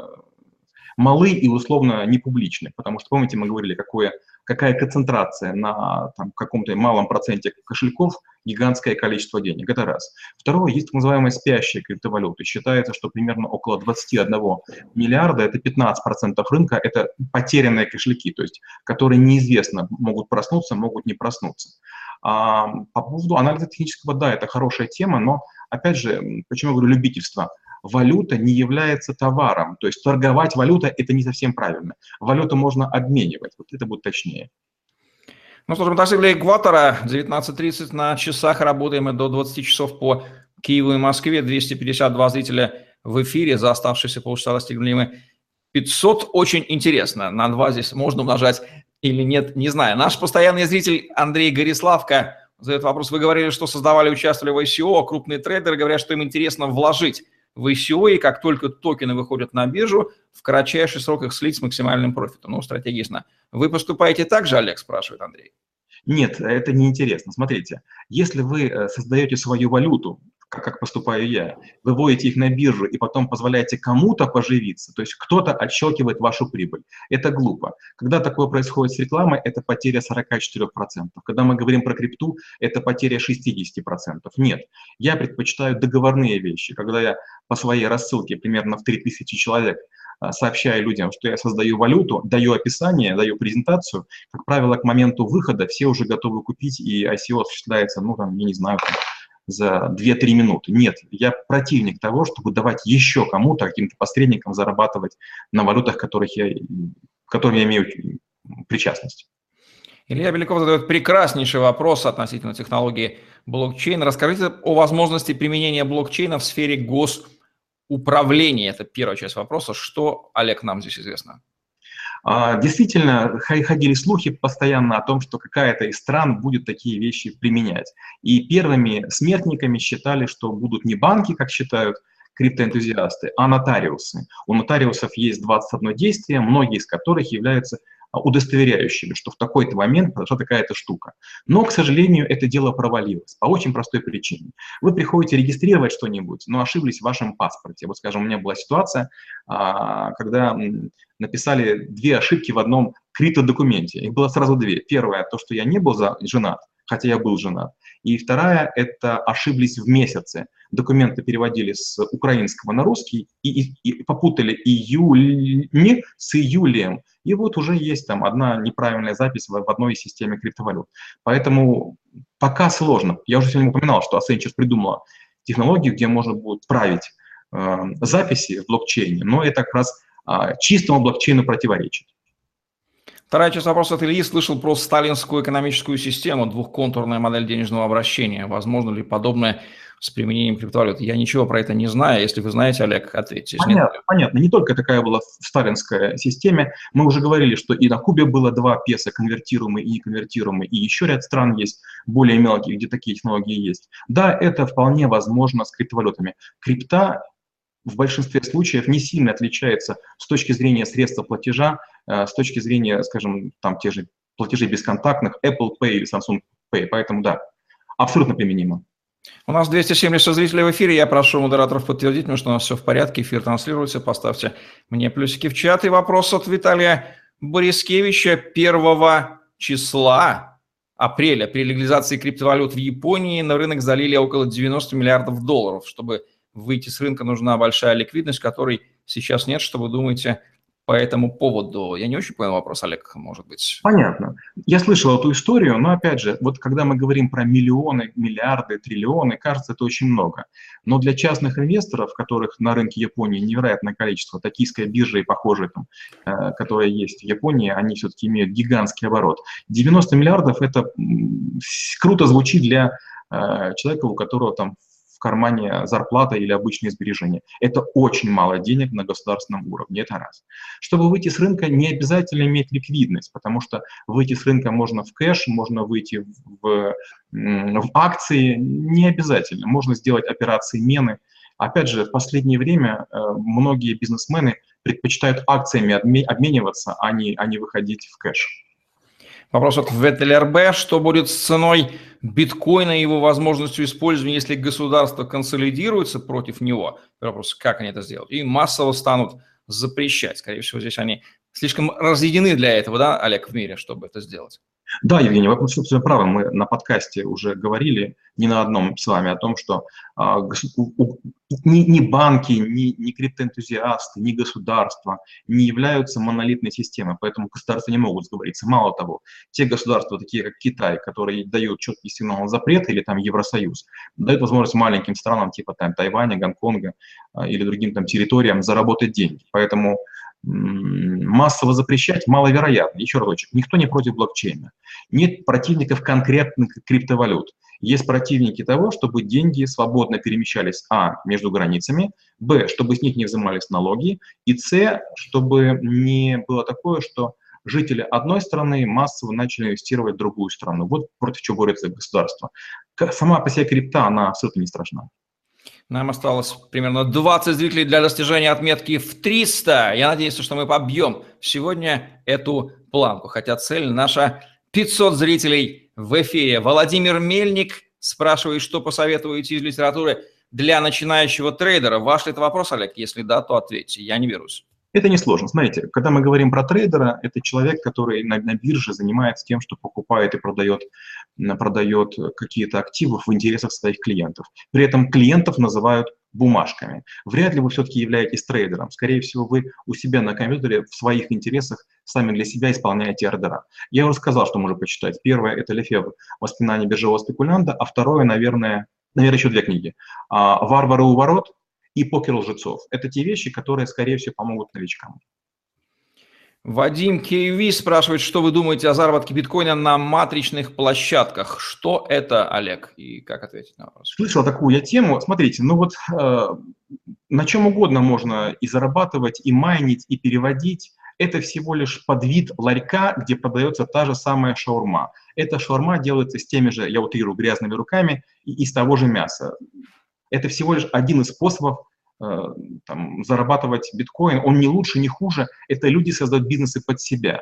малы и условно не публичны, потому что, помните, мы говорили, какое, какая концентрация на там, каком-то малом проценте кошельков, гигантское количество денег. Это раз. Второе, есть так называемые спящие криптовалюты. Считается, что примерно около двадцати одного миллиарда, это пятнадцать процентов рынка, это потерянные кошельки, то есть которые неизвестно, могут проснуться, могут не проснуться. А, по поводу анализа технического, да, это хорошая тема, но, опять же, почему я говорю любительство? валюта не является товаром. То есть торговать валютой – это не совсем правильно. Валюту можно обменивать. Вот это будет точнее. Ну что ж, мы достигли экватора. девятнадцать тридцать на часах. Работаем мы до двадцати часов по Киеву и Москве. двести пятьдесят два зрителя в эфире. За оставшиеся полчаса достигли мы пятьсот. Очень интересно. На два здесь можно умножать или нет, не знаю. Наш постоянный зритель Андрей Гориславко задает вопрос. Вы говорили, что создавали, участвовали в ай си о. Крупные трейдеры говорят, что им интересно вложить в ай си о, и как только токены выходят на биржу, в кратчайший срок их слить с максимальным профитом. Ну, стратегия ясна. Вы поступаете так же, Олег, спрашивает Андрей? Нет, это неинтересно. Смотрите, если вы создаете свою валюту, как, как поступаю я, выводите их на биржу и потом позволяете кому-то поживиться, то есть кто-то отщелкивает вашу прибыль. Это глупо. Когда такое происходит с рекламой, это потеря сорок четыре процента. Когда мы говорим про крипту, это потеря шестьдесят процентов. Нет, я предпочитаю договорные вещи. Когда я по своей рассылке примерно в три тысячи человек сообщаю людям, что я создаю валюту, даю описание, даю презентацию, как правило, к моменту выхода все уже готовы купить, и ай си о осуществляется, ну, там, я не знаю, там, за две-три минуты. Нет, я противник того, чтобы давать еще кому-то, каким-то посредникам зарабатывать на валютах, которых я, к которым я имею причастность. Илья Беляков задает прекраснейший вопрос относительно технологии блокчейн. Расскажите о возможности применения блокчейна в сфере госуправления. Это первая часть вопроса. Что, Олег, нам здесь известно? Действительно, ходили слухи постоянно о том, что какая-то из стран будет такие вещи применять. И первыми смертниками считали, что будут не банки, как считают криптоэнтузиасты, а нотариусы. У нотариусов есть двадцать одно действие, многие из которых являются удостоверяющими, что в такой-то момент произошла такая-то штука. Но, к сожалению, это дело провалилось по очень простой причине. Вы приходите регистрировать что-нибудь, но ошиблись в вашем паспорте. Вот, скажем, у меня была ситуация, когда написали две ошибки в одном криптодокументе. Их было сразу две. Первая, то, что я не был женат, хотя я был женат. И вторая, это ошиблись в месяце. Документы переводили с украинского на русский и, и, и попутали июль с июлем. И вот уже есть там одна неправильная запись в, в одной из систем криптовалют. Поэтому пока сложно. Я уже сегодня упоминал, что Accenture придумала технологию, где можно будет править э, записи в блокчейне, но это как раз э, чистому блокчейну противоречит. Вторая часть вопроса от Ильи. Слышал про сталинскую экономическую систему, двухконтурная модель денежного обращения. Возможно ли подобное с применением криптовалют? Я ничего про это не знаю. Если вы знаете, Олег, ответьте. Понятно, понятно. Не только такая была в сталинской системе. Мы уже говорили, что и на Кубе было два песо, конвертируемые и неконвертируемые, и еще ряд стран есть, более мелкие, где такие технологии есть. Да, это вполне возможно с криптовалютами. Крипта в большинстве случаев не сильно отличается с точки зрения средства платежа, с точки зрения, скажем, там те же платежей бесконтактных, Apple Pay или Samsung Pay. Поэтому да, абсолютно применимо. У нас двести семьдесят зрителей в эфире. Я прошу модераторов подтвердить мне, что у нас все в порядке. Эфир транслируется. Поставьте мне плюсики в чат. И вопрос от Виталия Борискевича. первого числа апреля при легализации криптовалют в Японии на рынок залили около девяноста миллиардов долларов. Чтобы выйти с рынка, нужна большая ликвидность, которой сейчас нет. Что вы думаете по этому поводу? Я не очень понял вопрос, Олег, может быть. Понятно. Я слышал эту историю, но, опять же, вот когда мы говорим про миллионы, миллиарды, триллионы, кажется, это очень много. Но для частных инвесторов, которых на рынке Японии невероятное количество, токийская биржа и похожие, там, э, которые есть в Японии, они все-таки имеют гигантский оборот. девяносто миллиардов – это круто звучит для э, человека, у которого там в кармане зарплата или обычные сбережения. Это очень мало денег на государственном уровне, это раз. Чтобы выйти с рынка, не обязательно иметь ликвидность, потому что выйти с рынка можно в кэш, можно выйти в, в акции, не обязательно. Можно сделать операции мены. Опять же, в последнее время многие бизнесмены предпочитают акциями обмениваться, а не, а не выходить в кэш. Вопрос от ВТЛРБ. Что будет с ценой биткоина и его возможностью использования, если государство консолидируется против него? Вопрос, как они это сделают? И массово станут запрещать. Скорее всего, здесь они слишком разъединены для этого, да, Олег, в мире, чтобы это сделать? Да, Евгений, вы абсолютно правы. Мы на подкасте уже говорили, не на одном с вами, о том, что а, гос- у- у- ни, ни банки, ни, ни криптоэнтузиасты, ни государства не являются монолитной системой, поэтому государства не могут сговориться. Мало того, те государства, такие как Китай, которые дают четкий сигнал запрета, или там Евросоюз, дают возможность маленьким странам типа там, Тайваня, Гонконга а, или другим там территориям заработать деньги. Поэтому м, массово запрещать маловероятно. Еще разочек, никто не против блокчейна. Нет противников конкретных криптовалют. Есть противники того, чтобы деньги свободно перемещались, а, между границами, б, чтобы с них не взимались налоги, и с, чтобы не было такое, что жители одной страны массово начали инвестировать в другую страну. Вот против чего борется государство. К- Сама по себе крипта, она абсолютно не страшна. Нам осталось примерно двадцать зрителей для достижения отметки в триста. Я надеюсь, что мы побьем сегодня эту планку, хотя цель наша пятьсот зрителей в эфире. Владимир Мельник спрашивает, что посоветуете из литературы для начинающего трейдера. Ваш ли это вопрос, Олег? Если да, то ответьте. Я не берусь. Это несложно. Смотрите, когда мы говорим про трейдера, это человек, который на, на бирже занимается тем, что покупает и продает, м, продает какие-то активы в интересах своих клиентов. При этом клиентов называют бумажками. Вряд ли вы все-таки являетесь трейдером. Скорее всего, вы у себя на компьютере в своих интересах сами для себя исполняете ордера. Я уже сказал, что можно почитать. Первое – это Лефевр «Воспоминания биржевого спекулянта», а второе, наверное, наверное, еще две книги. А, «Варвары у ворот» и «Покер лжецов». Это те вещи, которые, скорее всего, помогут новичкам. Вадим Киеви спрашивает, что вы думаете о заработке биткоина на матричных площадках. Что это, Олег? И как ответить на вопрос? Слышал такую я тему. Смотрите, ну вот э, на чем угодно можно и зарабатывать, и майнить, и переводить. Это всего лишь подвид ларька, где продается та же самая шаурма. Эта шаурма делается с теми же, я утрирую, грязными руками и из того же мяса. Это всего лишь один из способов э, там, зарабатывать биткоин. Он не лучше, не хуже. Это люди создают бизнесы под себя.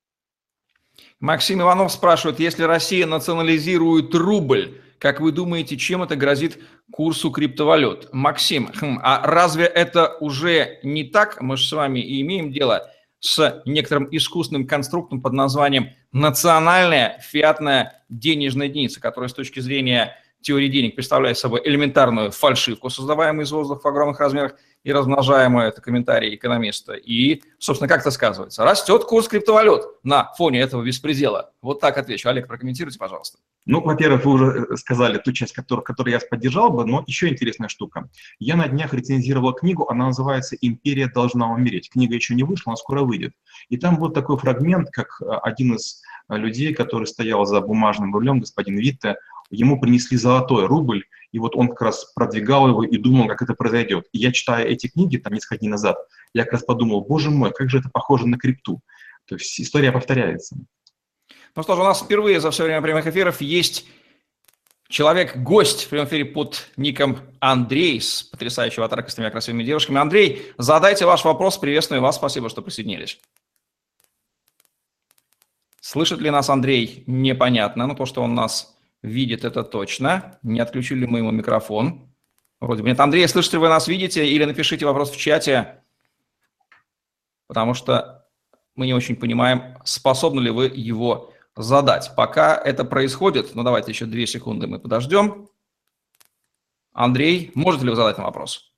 Максим Иванов спрашивает, если Россия национализирует рубль, как вы думаете, чем это грозит курсу криптовалют? Максим, хм, а разве это уже не так? Мы же с вами и имеем дело с некоторым искусственным конструктом под названием национальная фиатная денежная единица, которая с точки зрения теории денег представляет собой элементарную фальшивку, создаваемую из воздуха в огромных размерах и размножаемую, это комментарий экономиста. И, собственно, как это сказывается? Растет курс криптовалют на фоне этого беспредела. Вот так отвечу. Олег, прокомментируйте, пожалуйста. Ну, во-первых, вы уже сказали ту часть, которую, которую я поддержал бы, но еще интересная штука. Я на днях рецензировал книгу, она называется «Империя должна умереть». Книга еще не вышла, она скоро выйдет. И там был такой фрагмент, как один из людей, который стоял за бумажным рулем, господин Витте, ему принесли золотой рубль, и вот он как раз продвигал его и думал, как это произойдет. И я, читая эти книги, там, несколько дней назад, я как раз подумал, боже мой, как же это похоже на крипту. То есть история повторяется. Ну что ж, у нас впервые за все время прямых эфиров есть человек-гость в прямом эфире под ником Андрей с потрясающей аватаркой с тремя красивыми девушками. Андрей, задайте ваш вопрос, приветствую вас, спасибо, что присоединились. Слышит ли нас Андрей? Непонятно, но то, что он нас видит, это точно. Не отключили мы ему микрофон. Вроде бы нет. Андрей, слышите ли вы нас, видите? Или напишите вопрос в чате, потому что мы не очень понимаем, способны ли вы его задать. Пока это происходит, ну давайте еще две секунды мы подождем. Андрей, можете ли вы задать нам вопрос?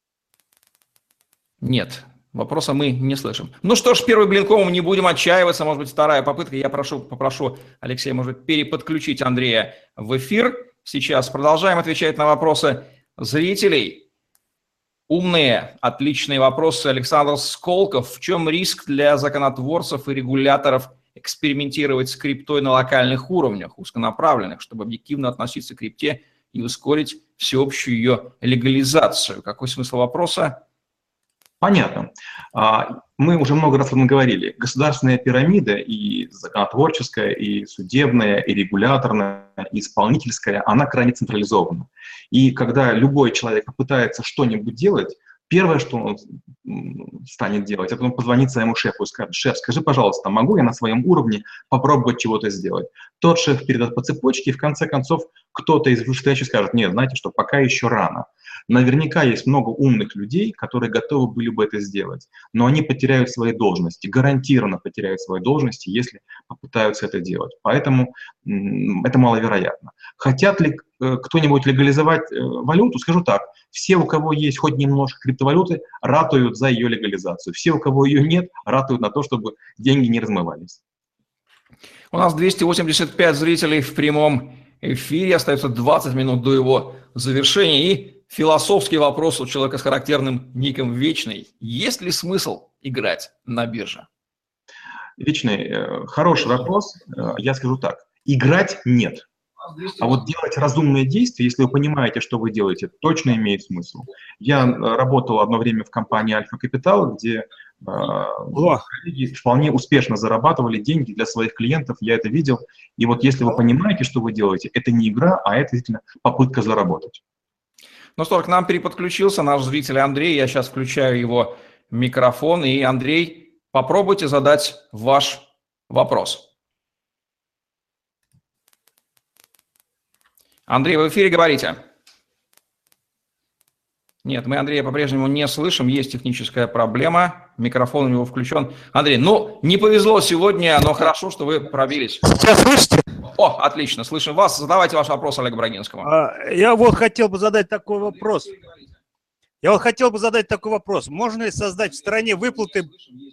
Нет. Вопроса мы не слышим. Ну что ж, первый блинком, не будем отчаиваться. Может быть, вторая попытка. Я прошу, попрошу Алексея, может, переподключить Андрея в эфир. Сейчас продолжаем отвечать на вопросы зрителей. Умные, отличные вопросы. Александр Сколков. В чем риск для законотворцев и регуляторов экспериментировать с криптой на локальных уровнях, узконаправленных, чтобы объективно относиться к крипте и ускорить всеобщую ее легализацию? Какой смысл вопроса? Понятно. Мы уже много раз об этом говорили. Государственная пирамида, и законотворческая, и судебная, и регуляторная, и исполнительская, она крайне централизована. И когда любой человек пытается что-нибудь делать, первое, что он станет делать, а потом позвонит своему шефу и скажет: шеф, скажи, пожалуйста, могу я на своем уровне попробовать чего-то сделать? Тот шеф передаст по цепочке, и в конце концов кто-то из вышестоящих скажет: нет, знаете что, пока еще рано. Наверняка есть много умных людей, которые готовы были бы это сделать, но они потеряют свои должности, гарантированно потеряют свои должности, если попытаются это делать. Поэтому это маловероятно. Хотят ли кто-нибудь легализовать валюту? Скажу так, все, у кого есть хоть немножко криптовалюты, ратуют за ее легализацию. Все, у кого ее нет, ратуют на то, чтобы деньги не размывались. У нас двести восемьдесят пять зрителей в прямом эфире, остается двадцать минут до его завершения. И философский вопрос у человека с характерным ником «Вечный». Есть ли смысл играть на бирже? Вечный, хороший вопрос. Я скажу так. Играть нет. А вот делать разумные действия, если вы понимаете, что вы делаете, точно имеет смысл. Я работал одно время в компании Альфа Капитал, где э, коллеги вполне успешно зарабатывали деньги для своих клиентов, я это видел. И вот если вы понимаете, что вы делаете, это не игра, а это действительно попытка заработать. Ну что, к нам переподключился наш зритель Андрей. Я сейчас включаю его микрофон. И, Андрей, попробуйте задать ваш вопрос. Андрей, вы в эфире, говорите. Нет, мы Андрея по-прежнему не слышим, есть техническая проблема, микрофон у него включен. Андрей, ну, не повезло сегодня, но хорошо, что вы пробились. Сейчас слышите? О, отлично, слышим вас. Задавайте ваш вопрос Олегу Брагинскому. А, я вот хотел бы задать такой вопрос. Я вот хотел бы задать такой вопрос. Можно ли создать в стране выплаты...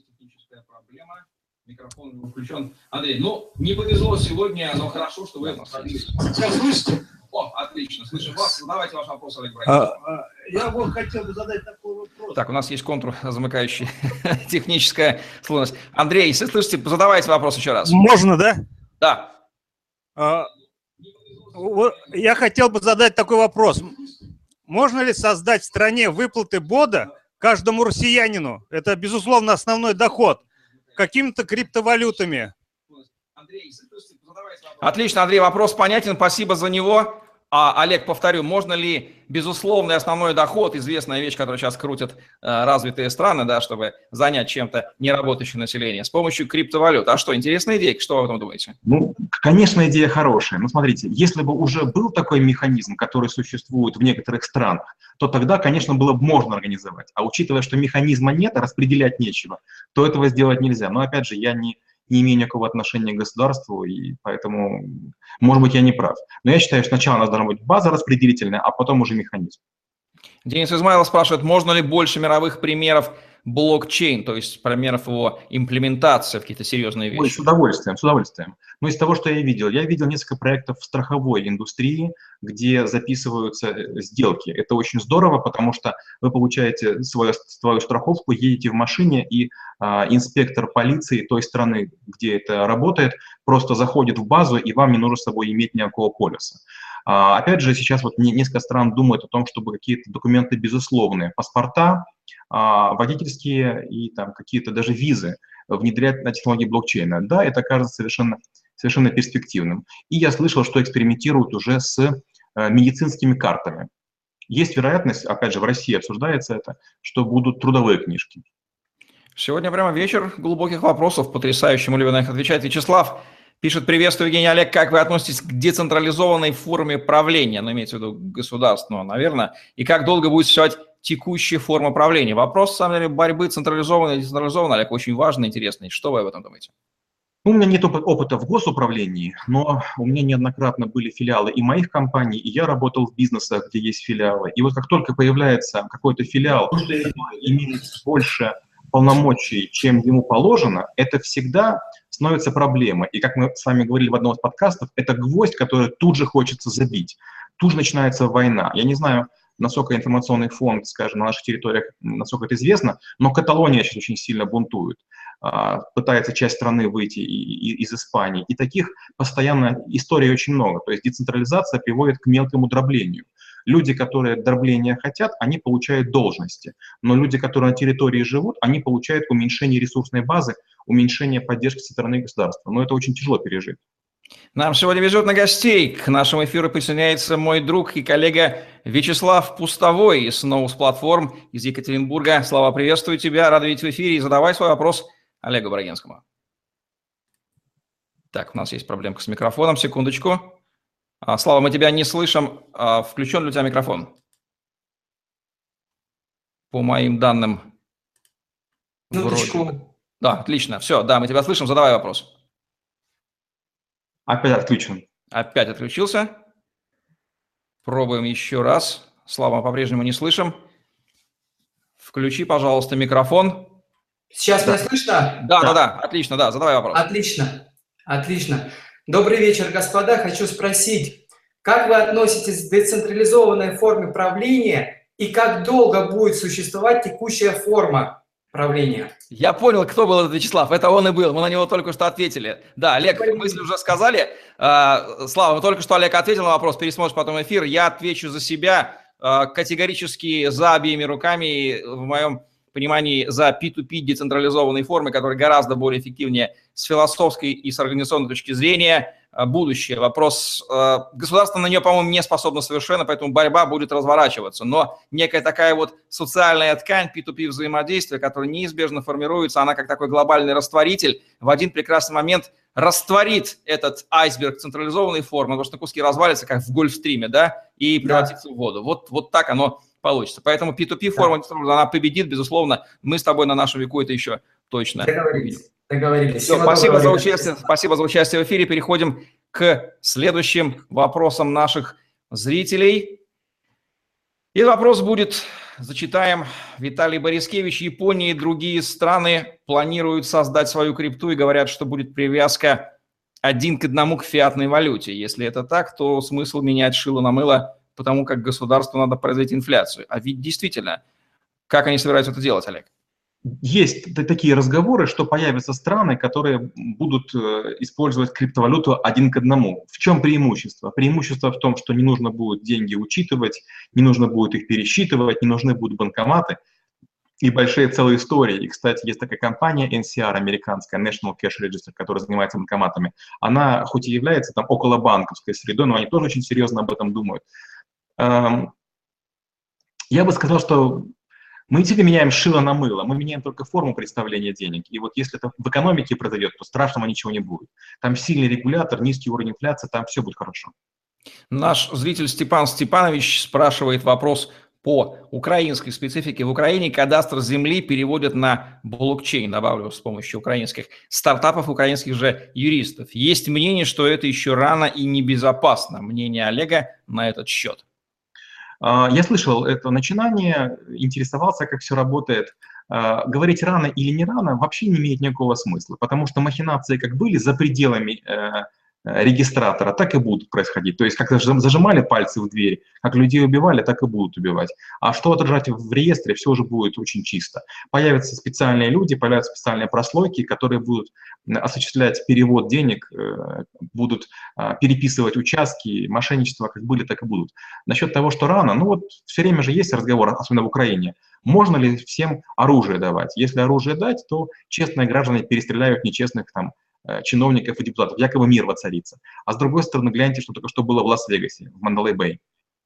Микрофон у него включен. Андрей, ну, не повезло сегодня, но хорошо, что вы пробились. Сейчас слышите? О, отлично, слышим вас. Задавайте ваш вопрос, Олег Брагинский. А, а, я вот хотел бы задать такой вопрос. Так, у нас есть контур замыкающий, техническая сложность. Андрей, если слышите, задавайте вопрос еще раз. Можно, да? Да. А, вот, я хотел бы задать такой вопрос. Можно ли создать в стране выплаты БОДа каждому россиянину? Это, безусловно, основной доход. Какими-то криптовалютами. Отлично, Андрей, вопрос понятен, спасибо за него. А, Олег, повторю, можно ли безусловный основной доход, известная вещь, которую сейчас крутят э, развитые страны, да, чтобы занять чем-то неработающее население, с помощью криптовалют? А что, интересная идея, что вы об этом думаете? Ну, конечно, идея хорошая. Но смотрите, если бы уже был такой механизм, который существует в некоторых странах, то тогда, конечно, было бы можно организовать. А учитывая, что механизма нет, а распределять нечего, то этого сделать нельзя. Но, опять же, я не... не имею никакого отношения к государству, и поэтому, может быть, я не прав. Но я считаю, что сначала у нас должна быть база распределительная, а потом уже механизм. Денис Измайлов спрашивает, можно ли больше мировых примеров блокчейн, то есть примеров его имплементации в какие-то серьезные вещи? Ой, с удовольствием, с удовольствием. Но из того, что я видел, я видел несколько проектов в страховой индустрии, где записываются сделки. Это очень здорово, потому что вы получаете свою, свою страховку, едете в машине, и а, инспектор полиции той страны, где это работает, просто заходит в базу, и вам не нужно с собой иметь никакого полиса. А, опять же, сейчас вот несколько стран думают о том, чтобы какие-то документы безусловные, паспорта, а, водительские и там какие-то даже визы внедрять на технологии блокчейна. Да, это кажется совершенно, совершенно перспективным. И я слышал, что экспериментируют уже с э, медицинскими картами. Есть вероятность, опять же, в России обсуждается это, что будут трудовые книжки. Сегодня прямо вечер глубоких вопросов, потрясающе, мы любим на них отвечать. Вячеслав пишет: приветствую, Евгений, Олег, как вы относитесь к децентрализованной форме правления, ну, имеется в виду государственного, наверное, и как долго будет существовать текущая форма правления? Вопрос, на самом деле, борьбы централизованной и децентрализованной, Олег, очень важный, интересный. Что вы об этом думаете? У меня нет опыта в госуправлении, но у меня неоднократно были филиалы и моих компаний, и я работал в бизнесах, где есть филиалы. И вот как только появляется какой-то филиал, который имеет больше полномочий, чем ему положено, это всегда становится проблемой. И как мы с вами говорили в одном из подкастов, это гвоздь, который тут же хочется забить. Тут же начинается война. Я не знаю, насколько информационный фонд, скажем, на наших территориях, насколько это известно, но Каталония сейчас очень сильно бунтует, пытается часть страны выйти из Испании. И таких постоянно историй очень много. То есть децентрализация приводит к мелкому дроблению. Люди, которые дробления хотят, они получают должности. Но люди, которые на территории живут, они получают уменьшение ресурсной базы, уменьшение поддержки со стороны государства. Но это очень тяжело пережить. Нам сегодня везет на гостей. К нашему эфиру присоединяется мой друг и коллега Вячеслав Пустовой из Ноус Платформ из Екатеринбурга. Слава, приветствую тебя, рад видеть в эфире. И задавай свой вопрос Олегу Брагинскому. Так, у нас есть проблемка с микрофоном, секундочку. Слава, мы тебя не слышим. Включен ли у тебя микрофон? По моим данным. Вроде... Да, отлично. Все, да, мы тебя слышим. Задавай вопрос. Опять отключен. Опять отключился. Пробуем еще раз. Слава, мы по-прежнему не слышим. Включи, пожалуйста, микрофон. Сейчас да. меня слышно? Да, да, да, да, отлично, да, задавай вопрос. Отлично, отлично. Добрый вечер, господа. Хочу спросить, как вы относитесь к децентрализованной форме правления и как долго будет существовать текущая форма правления? Я понял, кто был этот Вячеслав. Это он и был. Мы на него только что ответили. Да, Олег, мысли уже сказали. Слава, только что Олег ответил на вопрос, пересмотришь потом эфир. Я отвечу за себя. Категорически за обеими руками, в моем понимании, за пи ту пи децентрализованные формы, которые гораздо более эффективнее с философской и с организационной точки зрения. Будущее. Вопрос. Государство на нее, по-моему, не способно совершенно, поэтому борьба будет разворачиваться. Но некая такая вот социальная ткань пи ту пи взаимодействия, которая неизбежно формируется, она как такой глобальный растворитель, в один прекрасный момент растворит этот айсберг централизованной формы, потому что на куски развалится, как в гольфстриме, да, и превратится да. в воду. Вот, вот так оно получится. Поэтому пи ту пи форма, да. она победит, безусловно. Мы с тобой на нашем веку это еще точно увидим. Договорились. Все, спасибо за участие, спасибо за участие в эфире. Переходим к следующим вопросам наших зрителей. И вопрос будет, зачитаем, Виталий Борискевич. Япония и другие страны планируют создать свою крипту и говорят, что будет привязка один к одному к фиатной валюте. Если это так, то смысл менять шило на мыло, потому как государству надо производить инфляцию. А ведь действительно, как они собираются это делать, Олег? Есть такие разговоры, что появятся страны, которые будут использовать криптовалюту один к одному. В чем преимущество? Преимущество в том, что не нужно будет деньги учитывать, не нужно будет их пересчитывать, не нужны будут банкоматы и большие целые истории. И, кстати, есть такая компания эн си ар, американская, National Cash Register, которая занимается банкоматами. Она хоть и является там около банковской средой, но они тоже очень серьезно об этом думают. Я бы сказал, что мы действительно меняем шило на мыло, мы меняем только форму представления денег. И вот если это в экономике произойдет, то страшного ничего не будет. Там сильный регулятор, низкий уровень инфляции, там все будет хорошо. Наш зритель Степан Степанович спрашивает вопрос по украинской специфике. В Украине кадастр земли переводят на блокчейн, добавлю, с помощью украинских стартапов, украинских же юристов. Есть мнение, что это еще рано и небезопасно. Мнение Олега на этот счет. Я слышал это начинание, интересовался, как все работает. Говорить рано или не рано вообще не имеет никакого смысла, потому что махинации как были за пределами регистратора, так и будут происходить. То есть как зажимали пальцы в дверь, как людей убивали, так и будут убивать. А что отражать в реестре, все уже будет очень чисто. Появятся специальные люди, появятся специальные прослойки, которые будут осуществлять перевод денег, будут переписывать участки, мошенничества как были, так и будут. Насчет того, что рано, ну вот все время же есть разговор, особенно в Украине, можно ли всем оружие давать. Если оружие дать, то честные граждане перестреляют нечестных там чиновников и депутатов, якобы мир воцарится. А с другой стороны, гляньте, что только что было в Лас-Вегасе, в Мандалей-Бэй.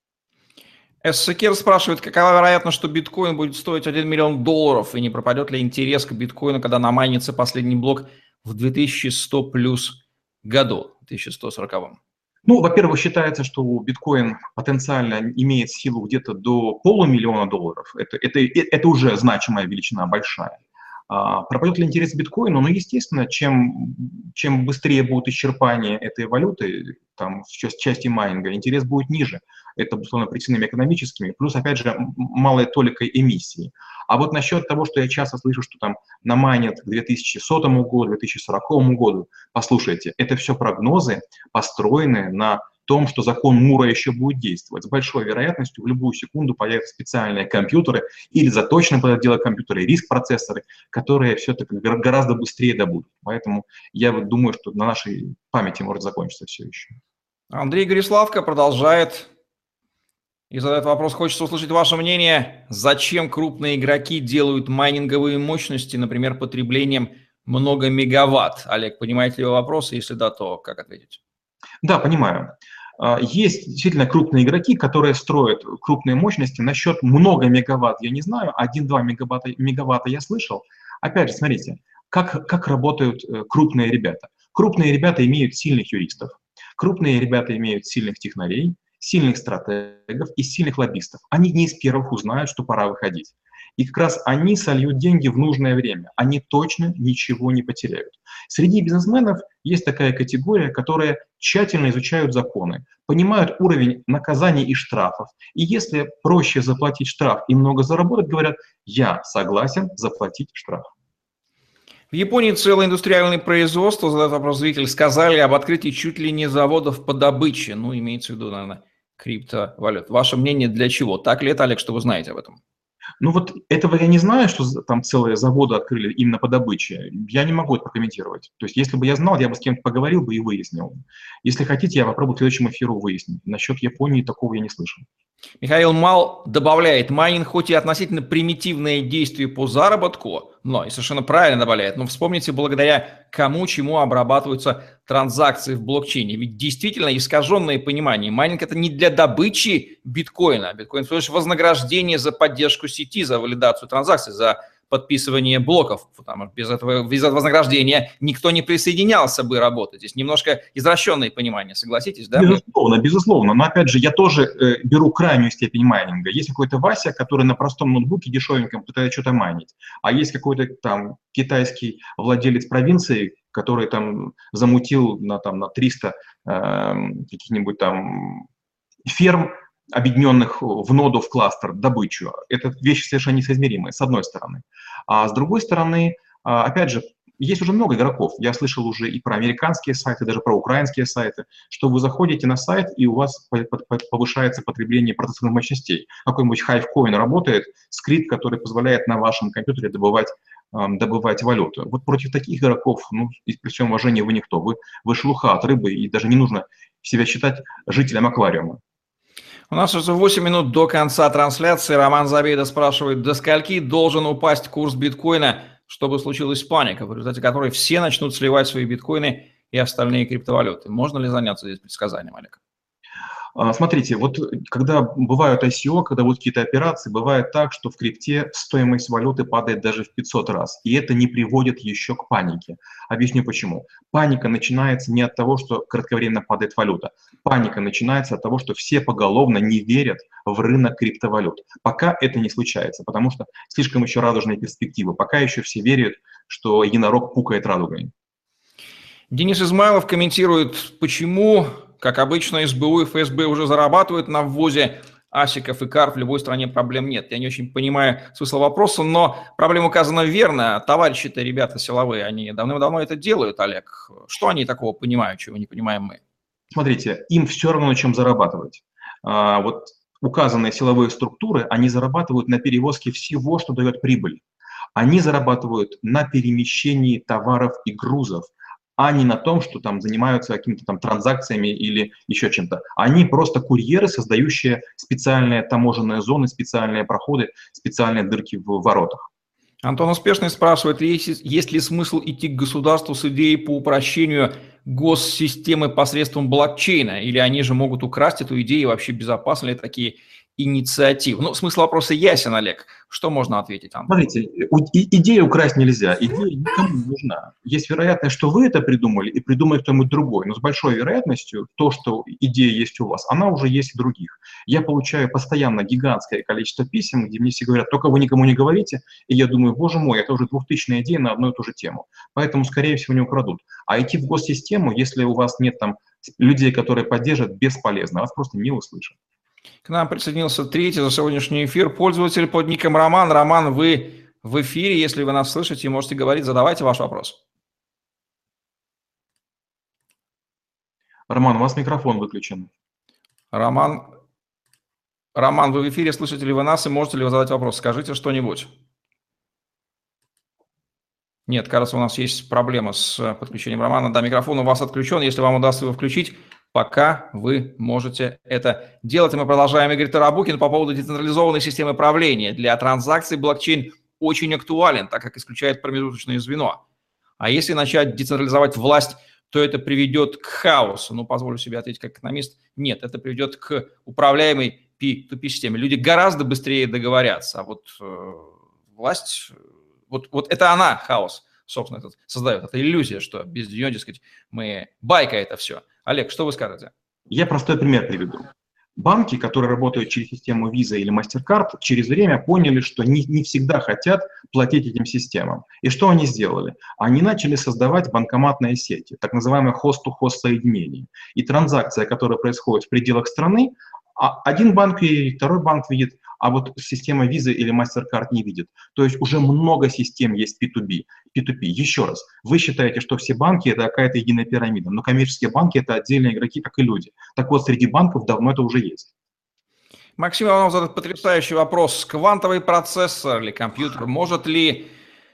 Эссекер спрашивает, какова вероятность, что биткоин будет стоить один миллион долларов, и не пропадет ли интерес к биткоину, когда намайнится последний блок в две тысячи сто плюс году, две тысячи сто сороковом? Ну, во-первых, считается, что биткоин потенциально имеет силу где-то до полумиллиона долларов. Это, это, это уже значимая величина, большая. А, пропадет ли интерес к биткоину? Ну, естественно, чем, чем быстрее будет исчерпание этой валюты, там, в части майнинга, интерес будет ниже. Это, безусловно, причинами экономическими, плюс, опять же, малой толикой эмиссии. А вот насчет того, что я часто слышу, что там намайнят к две тысячи сотому году, две тысячи сороковому году, послушайте, это все прогнозы, построенные на том, что закон Мура еще будет действовать. С большой вероятностью в любую секунду появятся специальные компьютеры или заточенные под это дело компьютеры, риск-процессоры, которые все это гораздо быстрее добудут. Поэтому я вот думаю, что на нашей памяти может закончиться все еще. Андрей Гориславко продолжает и задает вопрос. Хочется услышать ваше мнение. Зачем крупные игроки делают майнинговые мощности, например, потреблением много мегаватт? Олег, понимаете ли вы вопрос? Если да, то как ответить? Да, понимаю. А, Есть действительно крупные игроки, которые строят крупные мощности. Насчет много мегаватт я не знаю, один-два мегаватта, мегаватта я слышал. Опять же, смотрите, как, как работают э, крупные ребята. Крупные ребята имеют сильных юристов, крупные ребята имеют сильных технарей, сильных стратегов и сильных лоббистов. Они не из первых узнают, что пора выходить. И как раз они сольют деньги в нужное время. Они точно ничего не потеряют. Среди бизнесменов есть такая категория, которые тщательно изучают законы, понимают уровень наказаний и штрафов. И если проще заплатить штраф и много заработать, говорят, я согласен заплатить штраф. В Японии целое индустриальное производство, задает вопрос зритель, сказали об открытии чуть ли не заводов по добыче. Ну, имеется в виду, наверное, криптовалют. Ваше мнение для чего? Так ли это, Олег, что вы знаете об этом? Ну вот этого я не знаю, что за- там целые заводы открыли именно по добыче. Я не могу это прокомментировать. То есть если бы я знал, я бы с кем-то поговорил бы и выяснил. Если хотите, я попробую к следующему эфиру выяснить. Насчет Японии такого я не слышал. Михаил Мал добавляет, майнинг хоть и относительно примитивное действие по заработку, но и совершенно правильно добавляет, но вспомните, благодаря кому, чему обрабатываются транзакции в блокчейне. Ведь действительно искаженное понимание. Майнинг – это не для добычи биткоина. Биткоин – всего лишь вознаграждение за поддержку сети, за валидацию транзакций, за подписывание блоков. Потому что без этого, без этого вознаграждения никто не присоединялся бы работать. Здесь немножко извращенное понимание, согласитесь, да? Безусловно, безусловно. Но опять же, я тоже э, беру крайнюю степень майнинга. Есть какой-то Вася, который на простом ноутбуке дешевеньком пытается что-то майнить. А есть какой-то там китайский владелец провинции, который там замутил на, там, на триста э, каких-нибудь там ферм, объединенных в ноду, в кластер, добычу. Это вещи совершенно несоизмеримые, с одной стороны. А с другой стороны, а, опять же, есть уже много игроков. Я слышал уже и про американские сайты, даже про украинские сайты, что вы заходите на сайт, и у вас повышается потребление процессорных мощностей. Какой-нибудь Hivecoin работает, скрипт, который позволяет на вашем компьютере добывать, эм, добывать валюту. Вот против таких игроков, ну, и при всем уважении, вы никто. Вы, вы шелуха от рыбы, и даже не нужно себя считать жителем аквариума. У нас уже восемь минут до конца трансляции. Роман Забейда спрашивает, до скольки должен упасть курс биткоина, чтобы случилась паника, в результате которой все начнут сливать свои биткоины и остальные криптовалюты. Можно ли заняться здесь предсказанием, Олег? Смотрите, вот когда бывают ай си о, когда будут какие-то операции, бывает так, что в крипте стоимость валюты падает даже в пятьсот раз, и это не приводит еще к панике. Объясню почему. Паника начинается не от того, что кратковременно падает валюта. Паника начинается от того, что все поголовно не верят в рынок криптовалют. Пока это не случается, потому что слишком еще радужные перспективы. Пока еще все верят, что единорог пукает радугой. Денис Измайлов комментирует, почему, как обычно, эс бэ у и эф эс бэ уже зарабатывают на ввозе асиков и карт, в любой стране проблем нет. Я не очень понимаю смысл вопроса, но проблема указана верно. Товарищи-то, ребята силовые, они давным-давно это делают, Олег. Что они такого понимают, чего не понимаем мы? Смотрите, им все равно на чем зарабатывать. А, вот указанные силовые структуры, они зарабатывают на перевозке всего, что дает прибыль. Они зарабатывают на перемещении товаров и грузов, а не на том, что там занимаются какими-то там транзакциями или еще чем-то. Они просто курьеры, создающие специальные таможенные зоны, специальные проходы, специальные дырки в воротах. Антон Успешный спрашивает, есть, есть ли смысл идти к государству с идеей по упрощению госсистемы посредством блокчейна, или они же могут украсть эту идею, и вообще безопасны ли такие инициативы? Ну, смысл вопроса ясен, Олег. Что можно ответить, Антон? Смотрите, идею украсть нельзя, идея никому не нужна. Есть вероятность, что вы это придумали, и придумает кто-нибудь другой, но с большой вероятностью то, что идея есть у вас, она уже есть у других. Я получаю постоянно гигантское количество писем, где мне все говорят, только вы никому не говорите, и я думаю, боже мой, это уже двухтысячная идея на одну и ту же тему. Поэтому, скорее всего, не украдут. А идти в госсистему, если у вас нет там людей, которые поддержат, бесполезно, вас просто не услышат. К нам присоединился третий за сегодняшний эфир пользователь под ником Роман. Роман, вы в эфире, если вы нас слышите, можете говорить, задавайте ваш вопрос. Роман, у вас микрофон выключен. Роман, Роман, вы в эфире, слышите ли вы нас и можете ли вы задать вопрос? Скажите что-нибудь. Нет, кажется, у нас есть проблема с подключением Романа. Да, микрофон у вас отключен. Если вам удастся его включить, пока вы можете это делать. И мы продолжаем. Игорь Тарабукин по поводу децентрализованной системы правления. Для транзакций блокчейн очень актуален, так как исключает промежуточное звено. А если начать децентрализовать власть то это приведет к хаосу. Ну, позволю себе ответить как экономист, нет, это приведет к управляемой пи ту пи-системе. Люди гораздо быстрее договорятся, а вот э, власть, вот, вот это она хаос, собственно, этот создает. Это иллюзия, что без нее, дескать, мы байка это все. Олег, что вы скажете? Я простой пример приведу. Банки, которые работают через систему Visa или MasterCard, через время поняли, что не, не всегда хотят платить этим системам. И что они сделали? Они начали создавать банкоматные сети, так называемые хост-ту-хост соединения. И транзакция, которая происходит в пределах страны, один банк и второй банк видит, а вот система Visa или MasterCard не видит. То есть уже много систем есть пи ту би, пи ту пи. Еще раз, вы считаете, что все банки — это какая-то единая пирамида, но коммерческие банки — это отдельные игроки, как и люди. Так вот, среди банков давно это уже есть. Максим Иванов задает потрясающий вопрос. Квантовый процессор или компьютер может ли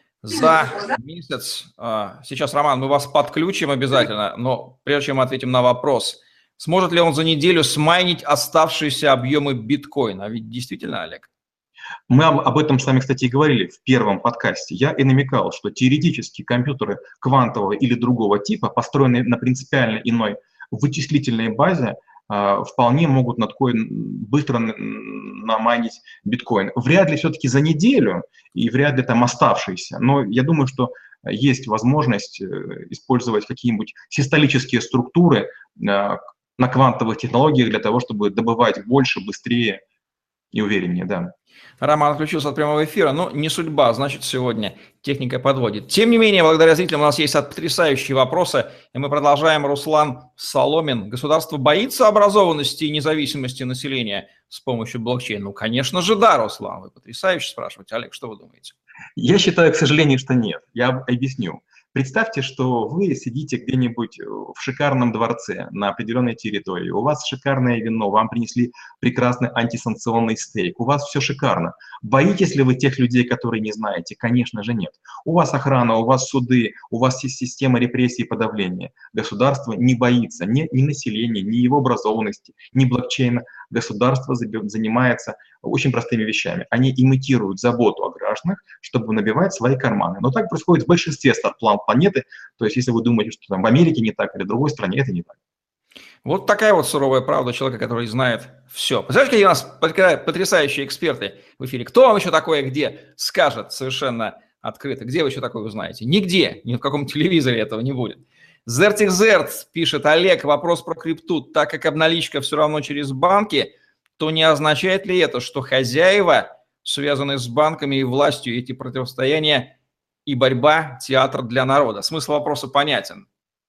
за месяц... Сейчас, Роман, мы вас подключим обязательно, но прежде чем мы ответим на вопрос, сможет ли он за неделю смайнить оставшиеся объемы биткоина? Ведь действительно, Олег? Мы об, об этом с вами, кстати, и говорили в первом подкасте. Я и намекал, что теоретически компьютеры квантового или другого типа, построенные на принципиально иной вычислительной базе, э, вполне могут на такой быстро намайнить биткоин. Вряд ли все-таки за неделю и вряд ли там оставшиеся. Но я думаю, что есть возможность использовать какие-нибудь систолические структуры э, на квантовых технологиях для того, чтобы добывать больше, быстрее и увереннее, да. Роман отключился от прямого эфира, но не судьба, значит, сегодня техника подводит. Тем не менее, благодаря зрителям у нас есть потрясающие вопросы, и мы продолжаем. Руслан Соломин. Государство боится образованности и независимости населения с помощью блокчейна? Ну, конечно же, да, Руслан. Вы потрясающе спрашиваете. Олег, что вы думаете? Я считаю, к сожалению, что нет. Я объясню. Представьте, что вы сидите где-нибудь в шикарном дворце на определенной территории, у вас шикарное вино, вам принесли прекрасный антисанкционный стейк, у вас все шикарно. Боитесь ли вы тех людей, которые не знаете? Конечно же нет. У вас охрана, у вас суды, у вас есть система репрессий и подавления. Государство не боится ни, ни населения, ни его образованности, ни блокчейна. Государство занимается очень простыми вещами. Они имитируют заботу о гражданах, чтобы набивать свои карманы. Но так происходит в большинстве стран планеты. То есть если вы думаете, что там в Америке не так или в другой стране, это не так. Вот такая вот суровая правда человека, который знает все. Представляете, какие у нас потрясающие эксперты в эфире. Кто вам еще такое где скажет совершенно открыто? Где вы еще такое узнаете? Нигде, ни в каком телевизоре этого не будет. Зертикзерт пишет: Олег, вопрос про крипту. Так как обналичка все равно через банки, то не означает ли это, что хозяева, связанные с банками и властью, эти противостояния и борьба – театр для народа? Смысл вопроса понятен.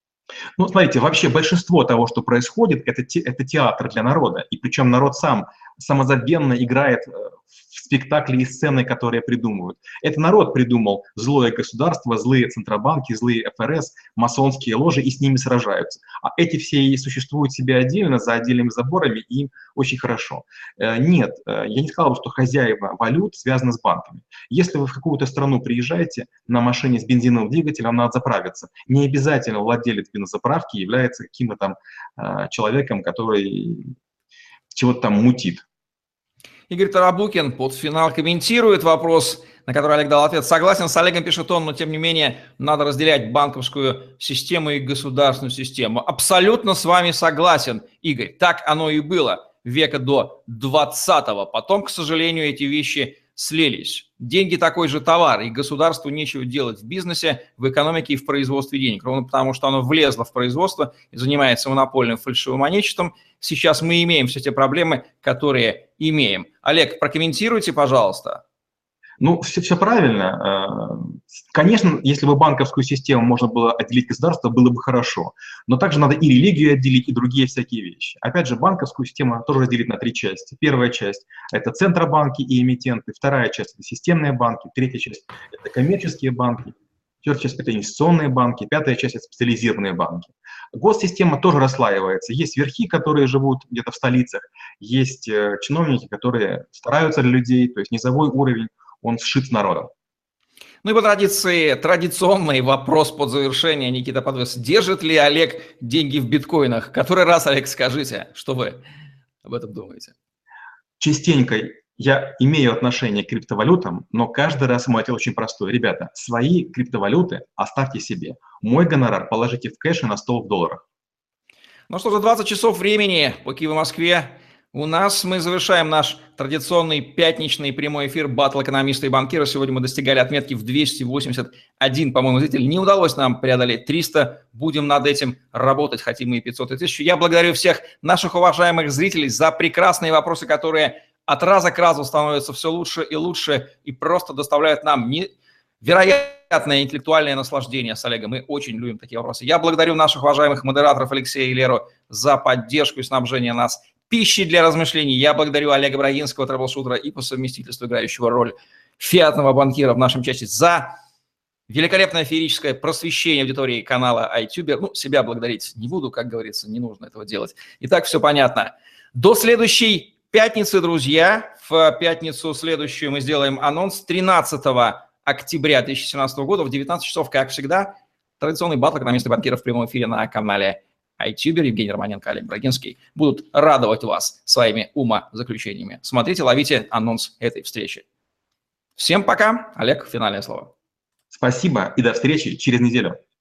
Ну, смотрите, вообще большинство того, что происходит, это, те, это театр для народа. И причем народ сам самозабвенно играет в спектакли и сцены, которые придумывают. Это народ придумал злое государство, злые центробанки, злые эф эр эс, масонские ложи, и с ними сражаются. А эти все и существуют себе отдельно, за отдельными заборами, и им очень хорошо. Нет, я не сказал бы, что хозяева валют связаны с банками. Если вы в какую-то страну приезжаете на машине с бензиновым двигателем, вам надо заправиться. Не обязательно владелец бензозаправки является каким-то там человеком, который чего-то там мутит. Игорь Тарабукин под финал комментирует вопрос, на который Олег дал ответ. Согласен с Олегом, пишет он, но тем не менее надо разделять банковскую систему и государственную систему. Абсолютно с вами согласен, Игорь. Так оно и было века до двадцатого. Потом, к сожалению, эти вещи слились. Деньги такой же товар, и государству нечего делать в бизнесе, в экономике и в производстве денег. Ровно потому, что оно влезло в производство и занимается монопольным фальшивомонетчеством. Сейчас мы имеем все те проблемы, которые имеем. Олег, прокомментируйте, пожалуйста. Ну, все, все правильно. Конечно, если бы банковскую систему можно было отделить государство, было бы хорошо. Но также надо и религию отделить, и другие всякие вещи. Опять же, банковскую систему тоже разделить на три части. Первая часть – это центробанки и эмитенты. Вторая часть – это системные банки. Третья часть – это коммерческие банки. Четвертая часть – это инвестиционные банки. Пятая часть – это специализированные банки. Госсистема тоже расслаивается. Есть верхи, которые живут где-то в столицах. Есть чиновники, которые стараются для людей. То есть низовой уровень, он сшит с народом. Ну и по традиции, традиционный вопрос под завершение, Никита Подвес. Держит ли Олег деньги в биткоинах? Который раз, Олег, скажите, что вы об этом думаете? Частенько Я имею отношение к криптовалютам, но каждый раз мой ответ очень простой. Ребята, свои криптовалюты оставьте себе. Мой гонорар положите в кэш и на стол в долларах. Ну что, за двадцать часов времени по Киеву, Москве у нас мы завершаем наш традиционный пятничный прямой эфир «Баттл экономиста и банкира». Сегодня мы достигали отметки в двести восемьдесят один, по-моему, зрителей. Не удалось нам преодолеть триста. Будем над этим работать. Хотим мы и пятьсот, и тысячу. Я благодарю всех наших уважаемых зрителей за прекрасные вопросы, которые от раза к разу становятся все лучше и лучше и просто доставляют нам невероятное интеллектуальное наслаждение с Олегом. Мы очень любим такие вопросы. Я благодарю наших уважаемых модераторов Алексея и Леру за поддержку и снабжение нас пищей для размышлений. Я благодарю Олега Брагинского, трэблшутера и по совместительству играющего роль фиатного банкира в нашем чате за великолепное феерическое просвещение аудитории канала iTuber. Ну, себя благодарить не буду, как говорится, не нужно этого делать. Итак, все понятно. До следующей пятницы, друзья. В пятницу следующую мы сделаем анонс тринадцатого октября две тысячи семнадцатого года в девятнадцать часов, как всегда. Традиционный баттл экономиста и банкира в прямом эфире на канале iTuber. Евгений Романенко, Олег Брагинский будут радовать вас своими умозаключениями. Смотрите, ловите анонс этой встречи. Всем пока. Олег, финальное слово. Спасибо и до встречи через неделю.